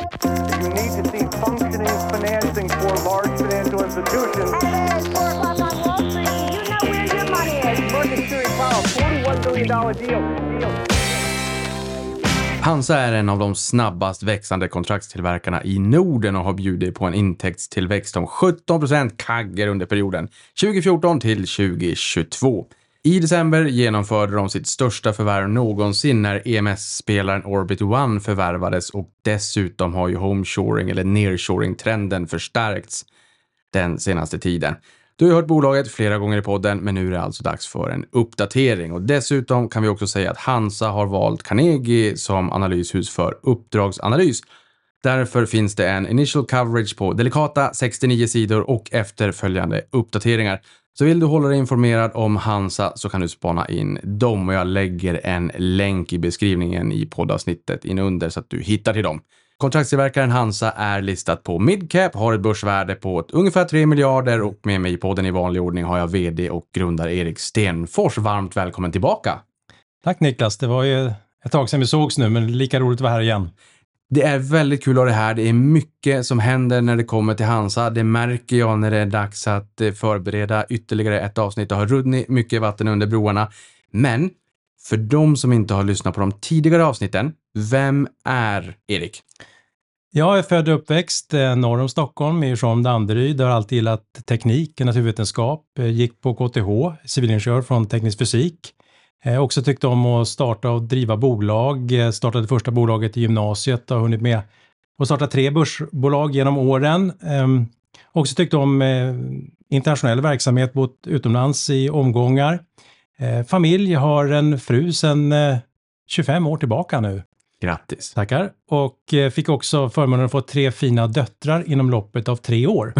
You need to see functioning financing for large financial institutions. Hey, 4 o'clock on Wall Street. You know where your money is. Market Security Powell, $41 billion deal. Hansa är en av de snabbast växande kontraktstillverkarna i Norden och har bjudit på en intäktstillväxt om 17% kagger under perioden 2014 till 2022. I december genomförde de sitt största förvärv någonsin när EMS-spelaren Orbit One förvärvades, och dessutom har ju homeshoring eller nearshoring-trenden förstärkts den senaste tiden. Du har hört bolaget flera gånger i podden, men nu är det alltså dags för en uppdatering. Och dessutom kan vi också säga att Hansa har valt Carnegie som analyshus för uppdragsanalys. Därför finns det en initial coverage på delikata 69 sidor och efterföljande uppdateringar. Så vill du hålla dig informerad om Hansa så kan du spana in dem, och jag lägger en länk i beskrivningen i poddavsnittet inunder så att du hittar till dem. Kontraktstillverkaren Hansa är listat på Midcap, har ett börsvärde på ungefär 3 miljarder, och med mig i podden i vanlig ordning har jag vd och grundare Erik Stenfors. Varmt välkommen tillbaka. Tack Niklas, det var ju ett tag sedan vi sågs nu, men lika roligt att vara här igen. Det är väldigt kul att ha det här. Det är mycket som händer när det kommer till Hansa. Det märker jag när det är dags att förbereda ytterligare ett avsnitt. Det har runnit mycket vatten under broarna. Men för de som inte har lyssnat på de tidigare avsnitten, vem är Erik? Jag är född och uppväxt norr om Stockholm i Djursholm, Danderyd. Jag har alltid gillat teknik och naturvetenskap. Gick på KTH, civilingenjör från teknisk fysik. Också tyckte om att starta och driva bolag. Startade första bolaget i gymnasiet och har hunnit med att starta 3 börsbolag genom åren. Också tyckte om internationell verksamhet, bott utomlands i omgångar. Familj, har en fru sedan 25 år tillbaka nu. Grattis. Tackar. Och fick också förmånen att få 3 fina döttrar inom loppet av 3 år.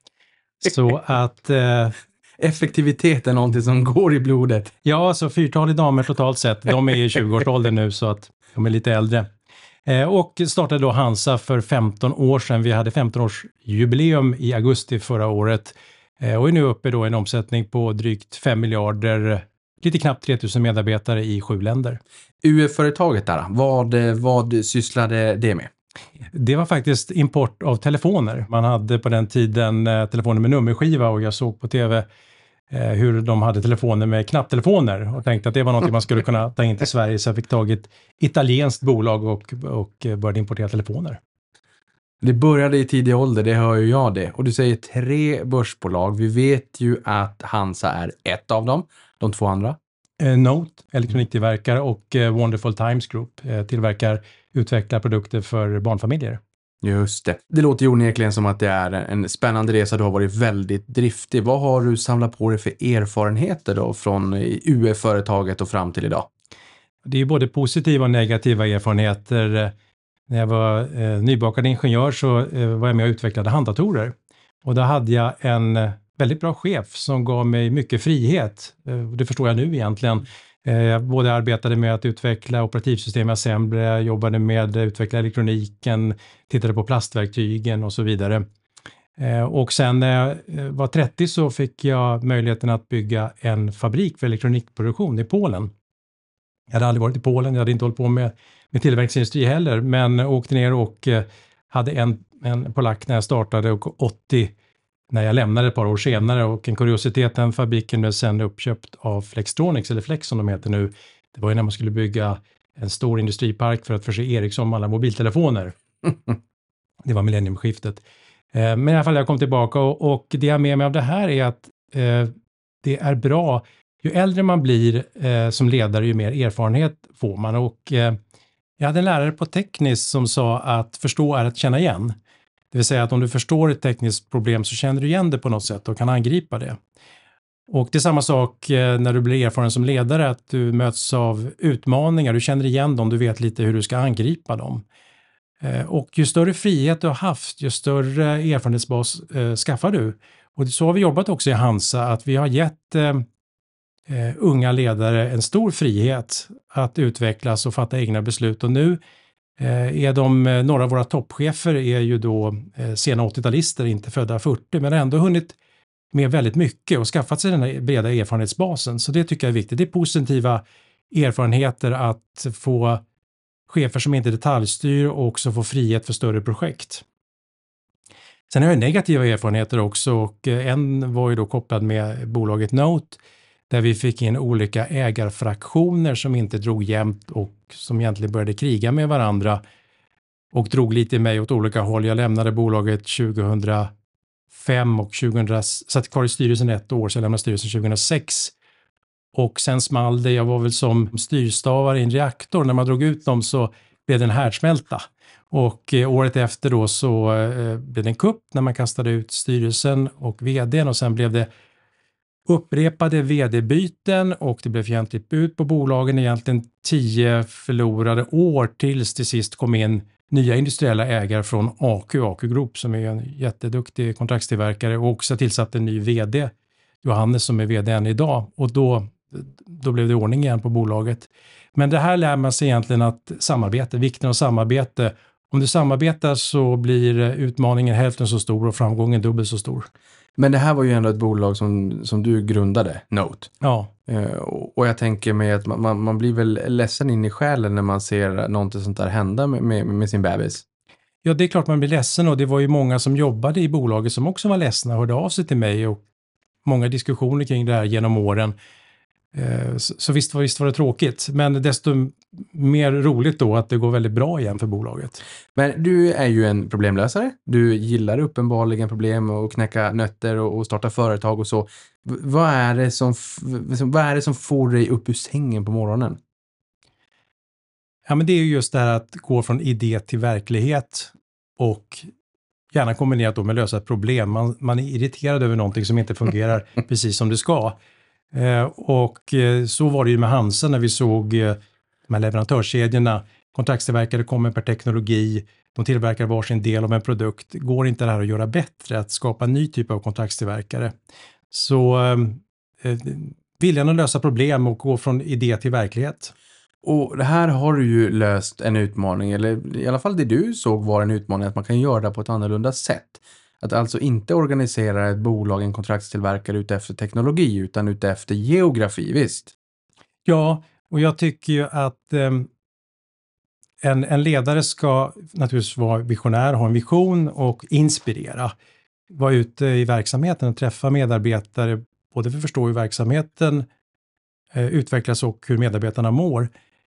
Så att... Effektivitet är någonting som går i blodet. Ja, så 4-talet damer totalt sett. De är i 20-årsåldern nu, så att de är lite äldre. Och startade då Hansa för 15 år sedan. Vi hade 15-årsjubileum i augusti förra året. Och är nu uppe då en omsättning på drygt 5 miljarder, lite knappt 3000 medarbetare i 7 länder. UF-företaget där, vad sysslade det med? Det var faktiskt import av telefoner. Man hade på den tiden telefoner med nummerskiva, och jag såg på tv hur de hade telefoner med knapptelefoner och tänkte att det var något man skulle kunna ta in till Sverige, så jag fick tag i ett italienskt bolag och började importera telefoner. Det började i tidig ålder, det hör ju jag det. Och du säger 3 börsbolag. Vi vet ju att Hansa är ett av dem. De 2 andra? Note, elektroniktillverkare, och Wonderful Times Group utvecklar produkter för barnfamiljer. Just det. Det låter ju onekligen som att det är en spännande resa. Du har varit väldigt driftig. Vad har du samlat på dig för erfarenheter då från UF-företaget och fram till idag? Det är ju både positiva och negativa erfarenheter. När jag var nybakad ingenjör så var jag med och utvecklade handdatorer. Och då hade jag en väldigt bra chef som gav mig mycket frihet. Det förstår jag nu egentligen. Jag både arbetade med att utveckla operativsystem i assembly, jag jobbade med att utveckla elektroniken, tittade på plastverktygen och så vidare. Och sen när jag var 30 så fick jag möjligheten att bygga en fabrik för elektronikproduktion i Polen. Jag hade aldrig varit i Polen, jag hade inte hållit på med tillverkningsindustri heller, men åkte ner och hade en polack när jag startade och 80 när jag lämnade ett par år senare, och en kuriositet, den fabriken blev sen uppköpt av Flextronics, eller Flex som de heter nu. Det var ju när man skulle bygga en stor industripark för att förse Ericsson med alla mobiltelefoner. Det var millenniumskiftet. Men i alla fall jag kom tillbaka, och det jag med mig av det här är att det är bra. Ju äldre man blir som ledare, ju mer erfarenhet får man. Och jag hade en lärare på tekniskt som sa att förstå är att känna igen. Det vill säga att om du förstår ett tekniskt problem så känner du igen det på något sätt och kan angripa det. Och det är samma sak när du blir erfaren som ledare, att du möts av utmaningar, du känner igen dem, du vet lite hur du ska angripa dem. Och ju större frihet du har haft, ju större erfarenhetsbas skaffar du. Och så har vi jobbat också i Hansa, att vi har gett unga ledare en stor frihet att utvecklas och fatta egna beslut. Och nu är några av våra toppchefer är ju då sena 80-talister, inte födda 40, men ändå hunnit med väldigt mycket och skaffat sig den här breda erfarenhetsbasen. Så det tycker jag är viktigt. Det är positiva erfarenheter att få chefer som inte detaljstyr och också får frihet för större projekt. Sen har jag negativa erfarenheter också och en var ju då kopplad med bolaget Note där vi fick in olika ägarfraktioner som inte drog jämnt och som egentligen började kriga med varandra och drog lite mig åt olika håll. Jag lämnade bolaget 2005 och satt kvar i styrelsen ett år, så jag lämnade styrelsen 2006. Och sen small det, jag var väl som styrstavare i en reaktor. När man drog ut dem så blev det en härdsmälta. Och året efter då så blev det en kupp när man kastade ut styrelsen och vdn och sen blev det upprepade vd-byten och det blev fientligt bud på bolagen. Egentligen 10 förlorade år tills till sist kom in nya industriella ägare från AQ Group som är en jätteduktig kontraktstillverkare och också tillsatt en ny vd, Johannes som är vd än idag och då blev det ordning igen på bolaget. Men det här lär man sig egentligen att vikten av samarbete. Om du samarbetar så blir utmaningen hälften så stor och framgången dubbelt så stor. Men det här var ju ändå ett bolag som du grundade, Note. Ja. Och jag tänker mig att man blir väl ledsen in i själen när man ser något sånt där hända med sin bebis. Ja, det är klart man blir ledsen och det var ju många som jobbade i bolaget som också var ledsna och hörde av sig till mig och många diskussioner kring det här genom åren. Så visst var det tråkigt, men desto mer roligt då att det går väldigt bra igen för bolaget. Men du är ju en problemlösare. Du gillar uppenbarligen problem och knäcka nötter och starta företag och så. Vad är det som får dig upp ur sängen på morgonen? Ja, men det är ju just det här att gå från idé till verklighet och gärna kombinerat då med lösa ett problem. Man är irriterad över någonting som inte fungerar precis som det ska. Och så var det ju med Hansa när vi såg de här leverantörskedjorna. Kontraktstillverkare kommer per teknologi, de tillverkar varsin del av en produkt. Går inte det här att göra bättre, att skapa en ny typ av kontraktstillverkare? Så viljan att lösa problem och gå från idé till verklighet. Och det här har du ju löst en utmaning, eller i alla fall det du såg var en utmaning, att man kan göra det på ett annorlunda sätt. Att alltså inte organisera ett bolag, en kontraktstillverkare ute efter teknologi utan ute efter geografi, visst? Ja, och jag tycker ju att en ledare ska naturligtvis vara visionär, ha en vision och inspirera. Vara ute i verksamheten och träffa medarbetare, både för att förstå hur verksamheten utvecklas och hur medarbetarna mår.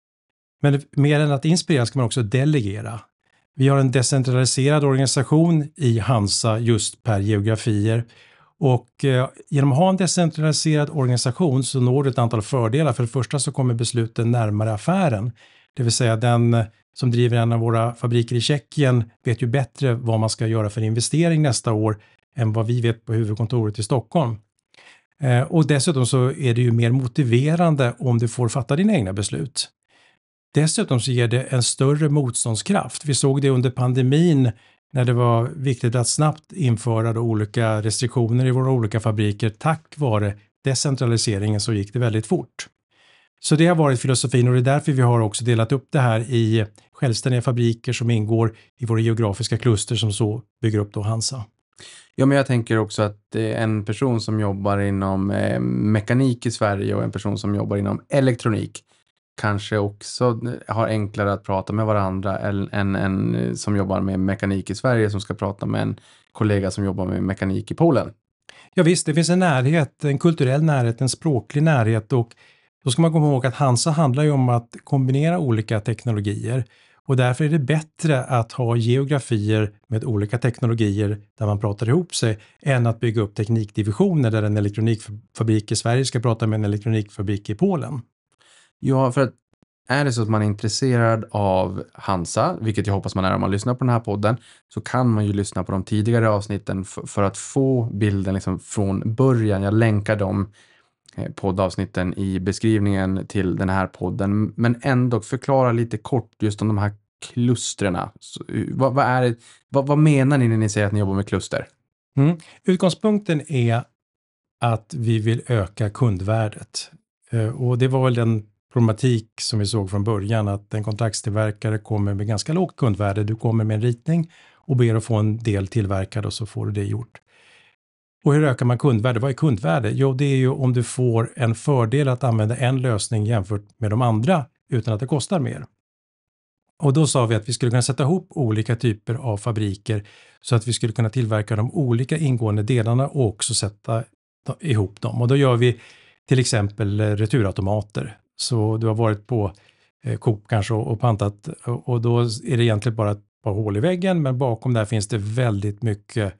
Men mer än att inspirera ska man också delegera. Vi har en decentraliserad organisation i Hansa just per geografier och genom att ha en decentraliserad organisation så når du ett antal fördelar. För det första så kommer besluten närmare affären. Det vill säga den som driver en av våra fabriker i Tjeckien vet ju bättre vad man ska göra för investering nästa år än vad vi vet på huvudkontoret i Stockholm. Och dessutom så är det ju mer motiverande om du får fatta dina egna beslut. Dessutom så ger det en större motståndskraft. Vi såg det under pandemin när det var viktigt att snabbt införa olika restriktioner i våra olika fabriker. Tack vare decentraliseringen så gick det väldigt fort. Så det har varit filosofin och det är därför vi har också delat upp det här i självständiga fabriker som ingår i våra geografiska kluster som så bygger upp då Hansa. Ja, men jag tänker också att en person som jobbar inom mekanik i Sverige och en person som jobbar inom elektronik kanske också har enklare att prata med varandra än en som jobbar med mekanik i Sverige som ska prata med en kollega som jobbar med mekanik i Polen. Ja visst, det finns en närhet, en kulturell närhet, en språklig närhet och då ska man komma ihåg att Hansa handlar ju om att kombinera olika teknologier och därför är det bättre att ha geografier med olika teknologier där man pratar ihop sig än att bygga upp teknikdivisioner där en elektronikfabrik i Sverige ska prata med en elektronikfabrik i Polen. Ja, för att är det så att man är intresserad av Hansa, vilket jag hoppas man är om man lyssnar på den här podden, så kan man ju lyssna på de tidigare avsnitten för att få bilden liksom från början. Jag länkar de poddavsnitten i beskrivningen till den här podden, men ändå förklara lite kort just om de här klusterna. Vad menar ni när ni säger att ni jobbar med kluster? Utgångspunkten är att vi vill öka kundvärdet. Och det var väl den problematik som vi såg från början, att en kontraktstillverkare kommer med ganska lågt kundvärde. Du kommer med en ritning och ber att få en del tillverkad och så får du det gjort. Och hur ökar man kundvärde? Vad är kundvärde? Jo, det är ju om du får en fördel att använda en lösning jämfört med de andra utan att det kostar mer. Och då sa vi att vi skulle kunna sätta ihop olika typer av fabriker så att vi skulle kunna tillverka de olika ingående delarna och också sätta ihop dem. Och då gör vi till exempel returautomater. Så du har varit på Coop kanske och pantat, och då är det egentligen bara ett par hål i väggen, men bakom där finns det väldigt mycket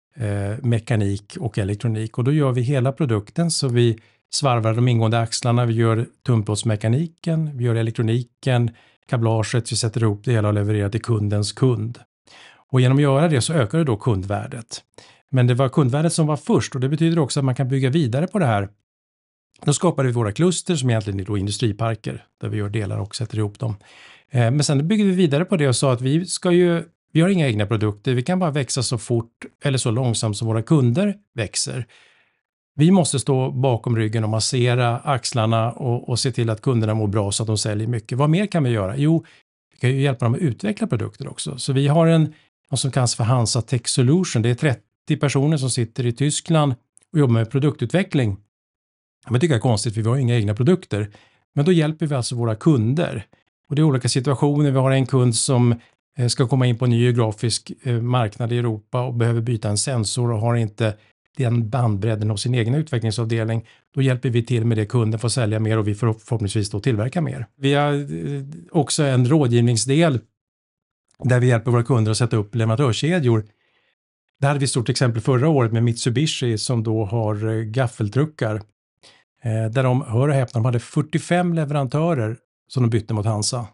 mekanik och elektronik. Och då gör vi hela produkten, så vi svarvar de ingående axlarna, vi gör tunnplåtsmekaniken, vi gör elektroniken, kablaget, vi sätter ihop det hela och levererar till kundens kund. Och genom att göra det så ökar det då kundvärdet. Men det var kundvärdet som var först, och det betyder också att man kan bygga vidare på det här. Då skapade vi våra kluster som egentligen är då industriparker där vi gör delar och sätter ihop dem. Men sen byggde vi vidare på det och sa att vi har inga egna produkter, vi kan bara växa så fort eller så långsamt som våra kunder växer. Vi måste stå bakom ryggen och massera axlarna och se till att kunderna mår bra så att de säljer mycket. Vad mer kan vi göra? Jo, vi kan ju hjälpa dem att utveckla produkter också. Så vi har något som kallas för Hansa Tech Solution. Det är 30 personer som sitter i Tyskland och jobbar med produktutveckling. Jag tycker det är konstigt för vi har inga egna produkter. Men då hjälper vi alltså våra kunder. Och det är olika situationer. Vi har en kund som ska komma in på en ny geografisk marknad i Europa och behöver byta en sensor och har inte den bandbredden hos sin egen utvecklingsavdelning. Då hjälper vi till med det, kunden får sälja mer och vi får förhoppningsvis då tillverka mer. Vi har också en rådgivningsdel där vi hjälper våra kunder att sätta upp leverantörskedjor. Det hade vi ett stort exempel förra året med Mitsubishi som då har gaffeltruckar. Där de, hör och häpna, de hade 45 leverantörer som de bytte mot Hansa.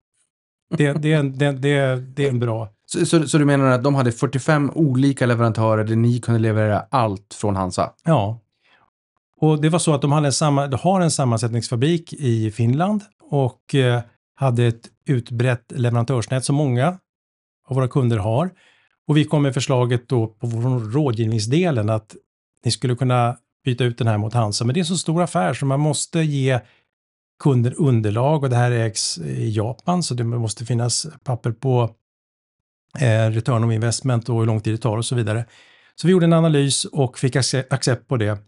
Det är en bra. Så du menar att de hade 45 olika leverantörer där ni kunde leverera allt från Hansa? Ja. Och det var så att de har en sammansättningsfabrik i Finland och hade ett utbrett leverantörsnät som många av våra kunder har. Och vi kom med förslaget då på vår rådgivningsdelen att ni skulle kunna byta ut den här mot Hansa. Men det är en så stor affär så man måste ge kunder underlag, och det här ägs i Japan så det måste finnas papper på return on investment och hur lång tid det tar och så vidare. Så vi gjorde en analys och fick accept på det.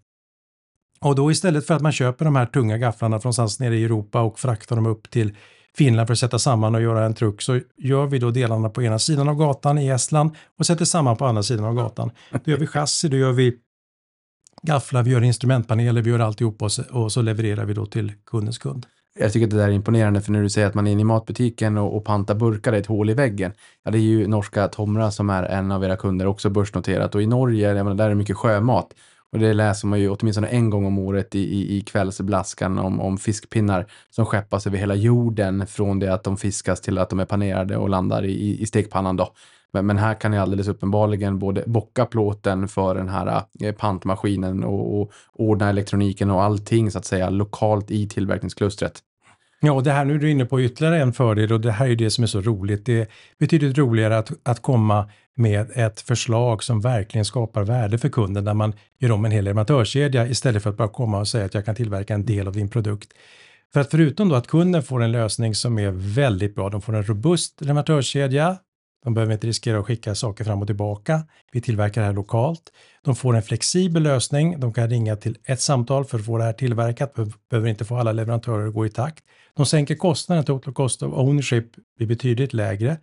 Och då istället för att man köper de här tunga gafflarna från någonstans nere i Europa och fraktar dem upp till Finland för att sätta samman och göra en truck, så gör vi då delarna på ena sidan av gatan i Estland och sätter samman på andra sidan av gatan. Då gör vi chassi, då gör vi gafflar, vi gör instrumentpaneler, vi gör alltihop och så levererar vi då till kundens kund. Jag tycker att det där är imponerande, för när du säger att man är inne i matbutiken och pantar burkar i ett hål i väggen. Ja, det är ju norska Tomra som är en av era kunder, också börsnoterat. Och i Norge, jag menar, där är det mycket sjömat. Och det läser man ju åtminstone en gång om året i kvällsblaskan om fiskpinnar som skeppas över hela jorden från det att de fiskas till att de är panerade och landar i stekpannan då. Men här kan jag alldeles uppenbarligen både bocka plåten för den här pantmaskinen och ordna elektroniken och allting så att säga lokalt i tillverkningsklustret. Ja, och det här nu är du inne på ytterligare en fördel, och det här är det som är så roligt. Det är betydligt roligare att komma med ett förslag som verkligen skapar värde för kunden, där man gör om en hel leverantörskedja istället för att bara komma och säga att jag kan tillverka en del av din produkt. För att förutom då att kunden får en lösning som är väldigt bra, de får en robust leverantörskedja. De behöver inte riskera att skicka saker fram och tillbaka. Vi tillverkar det här lokalt. De får en flexibel lösning. De kan ringa till ett samtal för att få det här tillverkat. Behöver inte få alla leverantörer att gå i takt. De sänker kostnaden, total cost of ownership blir betydligt lägre.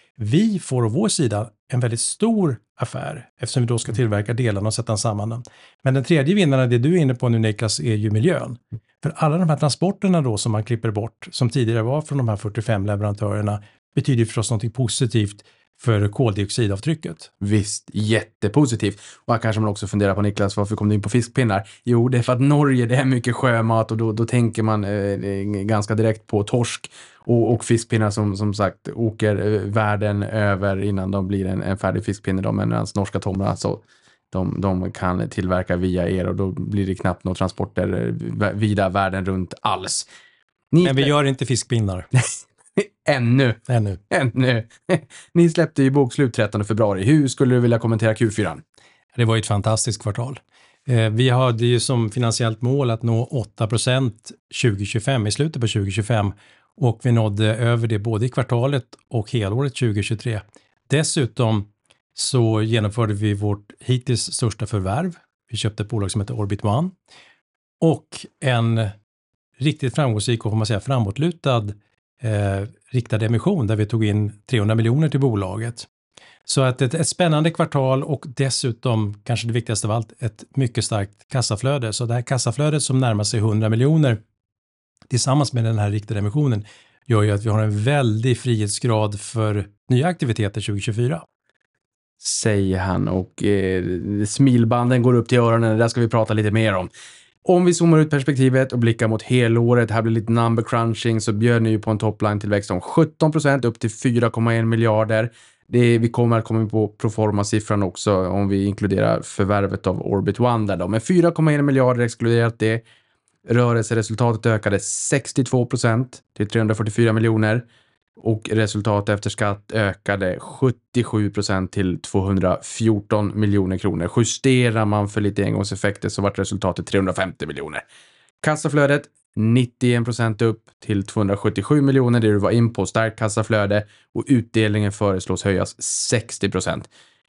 Vi får å vår sida en väldigt stor affär eftersom vi då ska tillverka delarna och sätta samman dem. Men den tredje vinnaren, det du är inne på nu Niklas, är ju miljön. För alla de här transporterna då som man klipper bort, som tidigare var från de här 45 leverantörerna, betyder förstås något positivt för koldioxidavtrycket. Visst, jättepositivt. Och här kanske man också funderar på, Niklas, varför kom du in på fiskpinnar? Jo, det är för att Norge, det är mycket sjömat och då tänker man ganska direkt på torsk och fiskpinnar som sagt åker världen över innan de blir en färdig fiskpinne då, medan norska Tomra så de kan tillverka via er och då blir det knappt några transporter vida världen runt alls. Men vi gör inte fiskpinnar. Ännu. Ni släppte ju bokslut 13 februari. Hur skulle du vilja kommentera Q4? Det var ju ett fantastiskt kvartal. Vi hade ju som finansiellt mål att nå 8% 2025 i slutet på 2025 och vi nådde över det både i kvartalet och helåret 2023. Dessutom så genomförde vi vårt hittills största förvärv. Vi köpte ett bolag som heter Orbit One och en riktigt framgångsrik och får man säga framåtlutad riktad emission där vi tog in 300 miljoner till bolaget. Så att ett spännande kvartal och dessutom, kanske det viktigaste av allt, ett mycket starkt kassaflöde. Så det här kassaflödet som närmar sig 100 miljoner tillsammans med den här riktade emissionen gör ju att vi har en väldig frihetsgrad för nya aktiviteter 2024. Säger han och smilbanden går upp till öronen. Det där ska vi prata lite mer om. Om vi zoomar ut perspektivet och blickar mot helåret, här blir lite number crunching, så bjöd ni ju på en topline-tillväxt om 17% upp till 4,1 miljarder. Vi kommer att komma på proforma-siffran också om vi inkluderar förvärvet av Orbit One där då. Men 4,1 miljarder exkluderat det. Rörelseresultatet ökade 62% till 344 miljoner. Och resultatet efter skatt ökade 77% till 214 miljoner kronor. Justerar man för lite engångseffekter så vart resultatet 350 miljoner. Kassaflödet 91% upp till 277 miljoner, det du var in på, starkt kassaflöde, och utdelningen föreslås höjas 60%.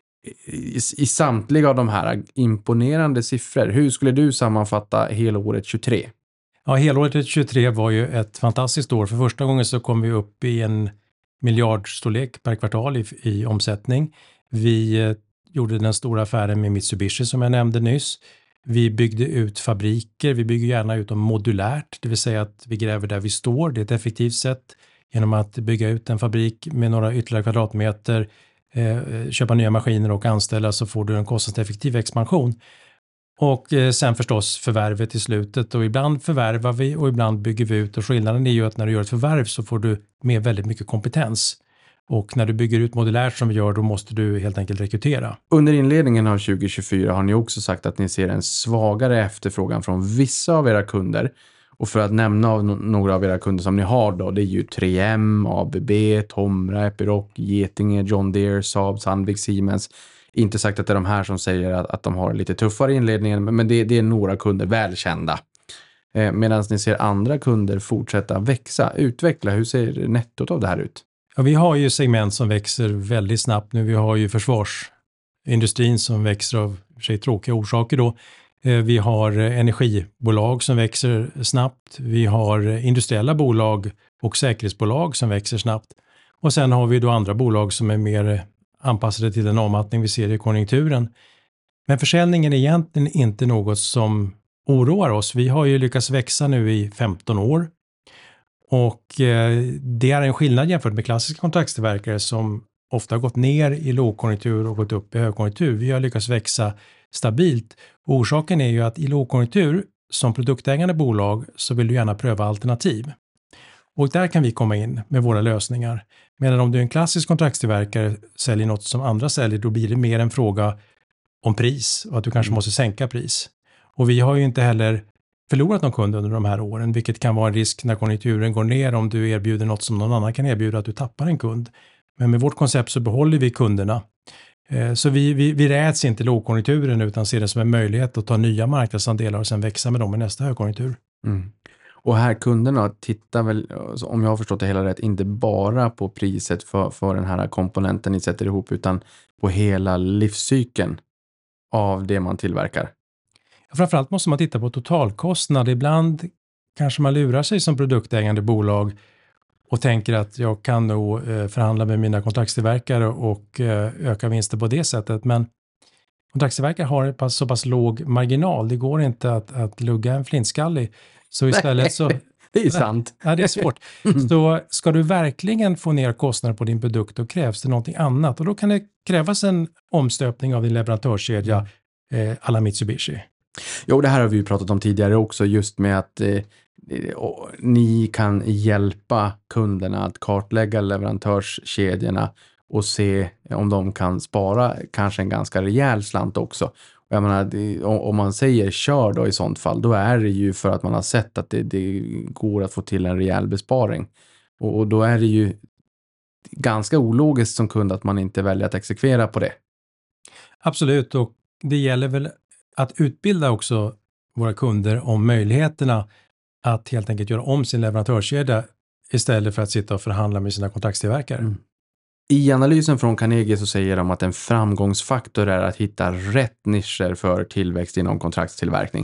I samtliga av de här imponerande siffror, hur skulle du sammanfatta helåret 23? Ja, helåret 23 var ju ett fantastiskt år. För första gången så kom vi upp i en miljardstorlek per kvartal i omsättning. Vi gjorde den stora affären med Mitsubishi som jag nämnde nyss. Vi byggde ut fabriker. Vi bygger gärna ut dem modulärt, det vill säga att vi gräver där vi står. Det är ett effektivt sätt genom att bygga ut en fabrik med några ytterligare kvadratmeter, köpa nya maskiner och anställa, så får du en kostnadseffektiv expansion. Och sen förstås förvärvet i slutet, och ibland förvärvar vi och ibland bygger vi ut, och skillnaden är ju att när du gör ett förvärv så får du med väldigt mycket kompetens. Och när du bygger ut modulärt som vi gör, då måste du helt enkelt rekrytera. Under inledningen av 2024 har ni också sagt att ni ser en svagare efterfrågan från vissa av era kunder. Och för att nämna av några av era kunder som ni har då, det är ju 3M, ABB, Tomra, Epiroc, Getinge, John Deere, Saab, Sandvik, Siemens. Inte sagt att det är de här som säger att de har lite tuffare inledningen, men det är några kunder välkända. Medan ni ser andra kunder fortsätta växa, utveckla. Hur ser nettot av det här ut? Ja, vi har ju segment som växer väldigt snabbt nu. Vi har ju försvarsindustrin som växer av sig tråkiga orsaker då. Vi har energibolag som växer snabbt. Vi har industriella bolag och säkerhetsbolag som växer snabbt. Och sen har vi då andra bolag som är mer anpassade till den avmattning vi ser i konjunkturen. Men försäljningen är egentligen inte något som oroar oss. Vi har ju lyckats växa nu i 15 år. Och det är en skillnad jämfört med klassiska kontraktstillverkare som ofta har gått ner i lågkonjunktur och gått upp i högkonjunktur. Vi har lyckats växa stabilt. Orsaken är ju att i lågkonjunktur som produktägande bolag så vill du gärna pröva alternativ. Och där kan vi komma in med våra lösningar. Medan om du är en klassisk kontraktstillverkare, säljer något som andra säljer, då blir det mer en fråga om pris och att du kanske måste sänka pris. Och vi har ju inte heller förlorat någon kund under de här åren, vilket kan vara en risk när konjunkturen går ner om du erbjuder något som någon annan kan erbjuda, att du tappar en kund. Men med vårt koncept så behåller vi kunderna. Så vi räds inte lågkonjunkturen utan ser det som en möjlighet att ta nya marknadsandelar och sen växa med dem i nästa högkonjunktur. Mm. Och här kunderna tittar väl, om jag har förstått det hela rätt, inte bara på priset för den här komponenten ni sätter ihop, utan på hela livscykeln av det man tillverkar. Framförallt måste man titta på totalkostnad. Ibland kanske man lurar sig som produktägande bolag och tänker att jag kan nog förhandla med mina kontraktstillverkare och öka vinster på det sättet. Men kontraktstillverkare har så pass låg marginal. Det går inte att lugga en flintskallig. Så istället så... Det är sant. Ja, det är svårt. Så ska du verkligen få ner kostnader på din produkt, då krävs det någonting annat. Och då kan det krävas en omstöpning av din leverantörskedja alla Mitsubishi. Jo, det här har vi ju pratat om tidigare också, just med att ni kan hjälpa kunderna att kartlägga leverantörskedjorna och se om de kan spara kanske en ganska rejäl slant också. Jag menar, om man säger kör då i sånt fall, då är det ju för att man har sett att det går att få till en rejäl besparing. Och då är det ju ganska ologiskt som kund att man inte väljer att exekvera på det. Absolut, och det gäller väl att utbilda också våra kunder om möjligheterna att helt enkelt göra om sin leverantörskedja istället för att sitta och förhandla med sina kontraktstillverkare. Mm. I analysen från Carnegie så säger de att en framgångsfaktor är att hitta rätt nischer för tillväxt inom kontraktstillverkning.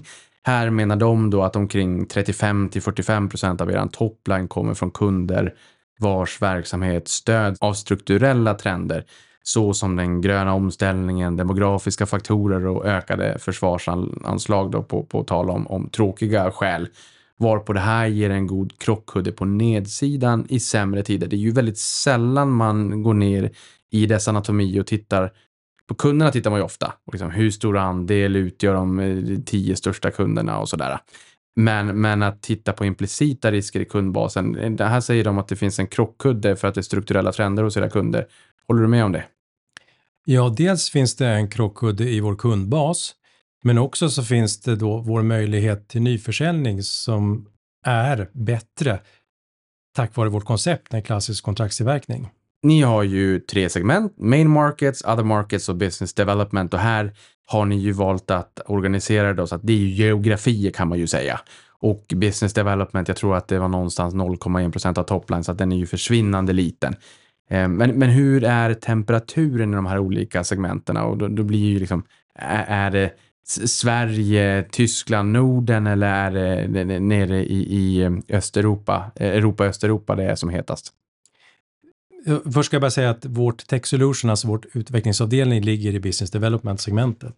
Här menar de då att omkring 35-45% av er topline kommer från kunder vars verksamhet stöds av strukturella trender, så som den gröna omställningen, demografiska faktorer och ökade försvarsanslag då på tal om tråkiga skäl. Varpå det här ger en god krockkudde på nedsidan i sämre tider. Det är ju väldigt sällan man går ner i dess anatomi och tittar. På kunderna tittar man ju ofta. Och liksom, hur stor andel utgör de 10 största kunderna och sådär. Men att titta på implicita risker i kundbasen. Det här säger de att det finns en krockkudde för att det är strukturella trender hos era kunder. Håller du med om det? Ja, dels finns det en krockkudde i vår kundbas. Men också så finns det då vår möjlighet till nyförsäljning som är bättre tack vare vårt koncept, en klassisk kontraktstillverkning. Ni har ju 3 segment, main markets, other markets och business development, och här har ni ju valt att organisera det så att det är ju geografier kan man ju säga. Och business development, jag tror att det var någonstans 0,1% av topline, så att den är ju försvinnande liten. Men hur är temperaturen i de här olika segmenterna? Och då blir ju liksom, är det Sverige, Tyskland, Norden, eller är det nere i Östeuropa, Östeuropa det är som hetast? Först ska jag bara säga att vårt Tech Solution, alltså vårt utvecklingsavdelning, ligger i Business Development-segmentet.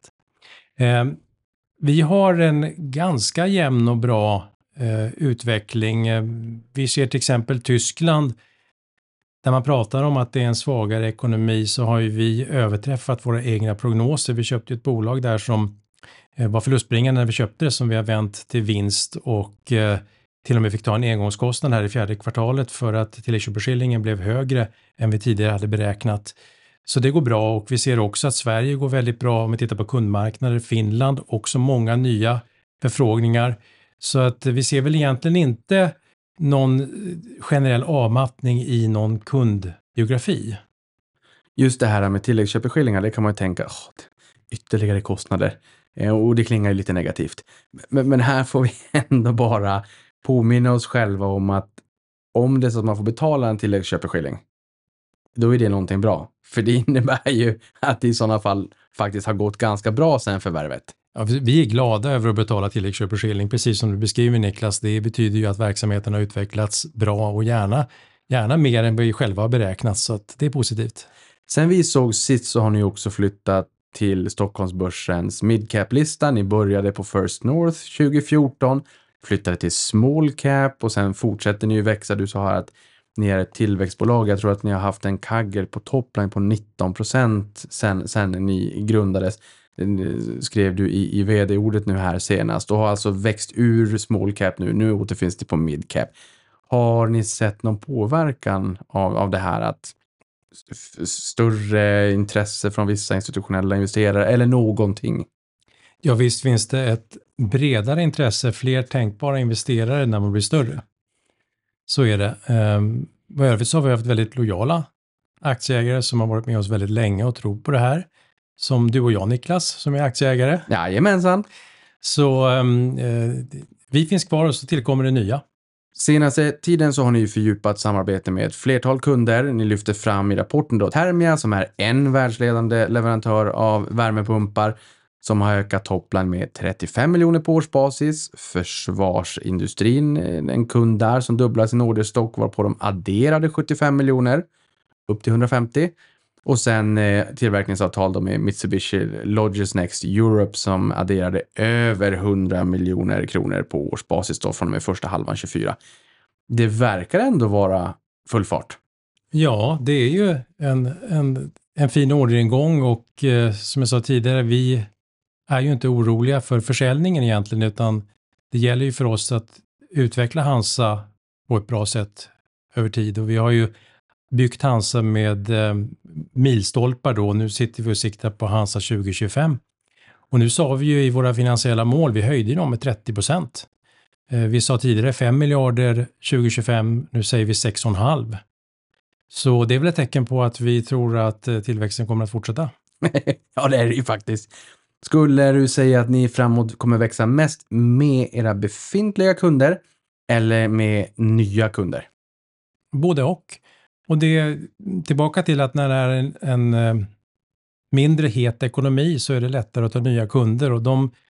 Vi har en ganska jämn och bra utveckling. Vi ser till exempel Tyskland, där man pratar om att det är en svagare ekonomi, så har ju vi överträffat våra egna prognoser. Vi köpte ett bolag där som var förlustbringande när vi köpte det, som vi har vänt till vinst och till och med fick ta en engångskostnad här i 4:e kvartalet för att tilläggsköpeskillingen blev högre än vi tidigare hade beräknat. Så det går bra, och vi ser också att Sverige går väldigt bra om vi tittar på kundmarknader. Finland också många nya förfrågningar. Så att vi ser väl egentligen inte någon generell avmattning i någon kundgeografi. Just det här med tilläggsköpeskillingar, det kan man ju tänka, ytterligare kostnader. Och det klingar ju lite negativt. Men här får vi ändå bara påminna oss själva om att om det är så att man får betala en tilläggsköpeskilling, då är det någonting bra. För det innebär ju att det i sådana fall faktiskt har gått ganska bra sen förvärvet. Ja, vi är glada över att betala tilläggsköpeskilling, precis som du beskriver, Niklas. Det betyder ju att verksamheten har utvecklats bra och gärna mer än vi själva har beräknat, så att det är positivt. Sen vi såg sist så har ni också flyttat till Stockholmsbörsens midcap-lista. Ni började på First North 2014, flyttade till small cap och sen fortsätter ni ju växa. Du sa här att ni är ett tillväxtbolag. Jag tror att ni har haft en CAGR på topline på 19% sen ni grundades. Skrev du i vd-ordet nu här senast. Och har alltså växt ur small cap nu. Nu återfinns det på midcap. Har ni sett någon påverkan av det här, att större intresse från vissa institutionella investerare eller någonting? Ja, visst finns det ett bredare intresse, fler tänkbara investerare när man blir större. Så är det. Vad övrigt så har vi haft väldigt lojala aktieägare som har varit med oss väldigt länge och tror på det här. Som du och jag, Niklas, som är aktieägare. Jajamensan. Så vi finns kvar och så tillkommer det nya. Senaste tiden så har ni fördjupat samarbete med ett flertal kunder. Ni lyfter fram i rapporten då Thermia, som är en världsledande leverantör av värmepumpar, som har ökat topline med 35 miljoner på årsbasis. Försvarsindustrin, en kund där som dubblar sin orderstock, var på de adderade 75 miljoner upp till 150. Och sen tillverkningsavtal då med Mitsubishi Logisnext Next Europe som adderade över 100 miljoner kronor på årsbasis då från och med första halvan 24. Det verkar ändå vara full fart. Ja, det är ju en fin orderingång, och som jag sa tidigare, vi är ju inte oroliga för försäljningen egentligen, utan det gäller ju för oss att utveckla Hansa på ett bra sätt över tid, och vi har ju byggt Hansa med milstolpar då. Nu sitter vi och siktar på Hansa 2025. Och nu sa vi ju i våra finansiella mål, vi höjde dem med 30%. Vi sa tidigare 5 miljarder 2025, nu säger vi 6,5. Så det är väl ett tecken på att vi tror att tillväxten kommer att fortsätta. Ja, det är det ju faktiskt. Skulle du säga att ni framåt kommer växa mest med era befintliga kunder eller med nya kunder? Både och. Och det är tillbaka till att när det är en mindre het ekonomi så är det lättare att ta nya kunder, och de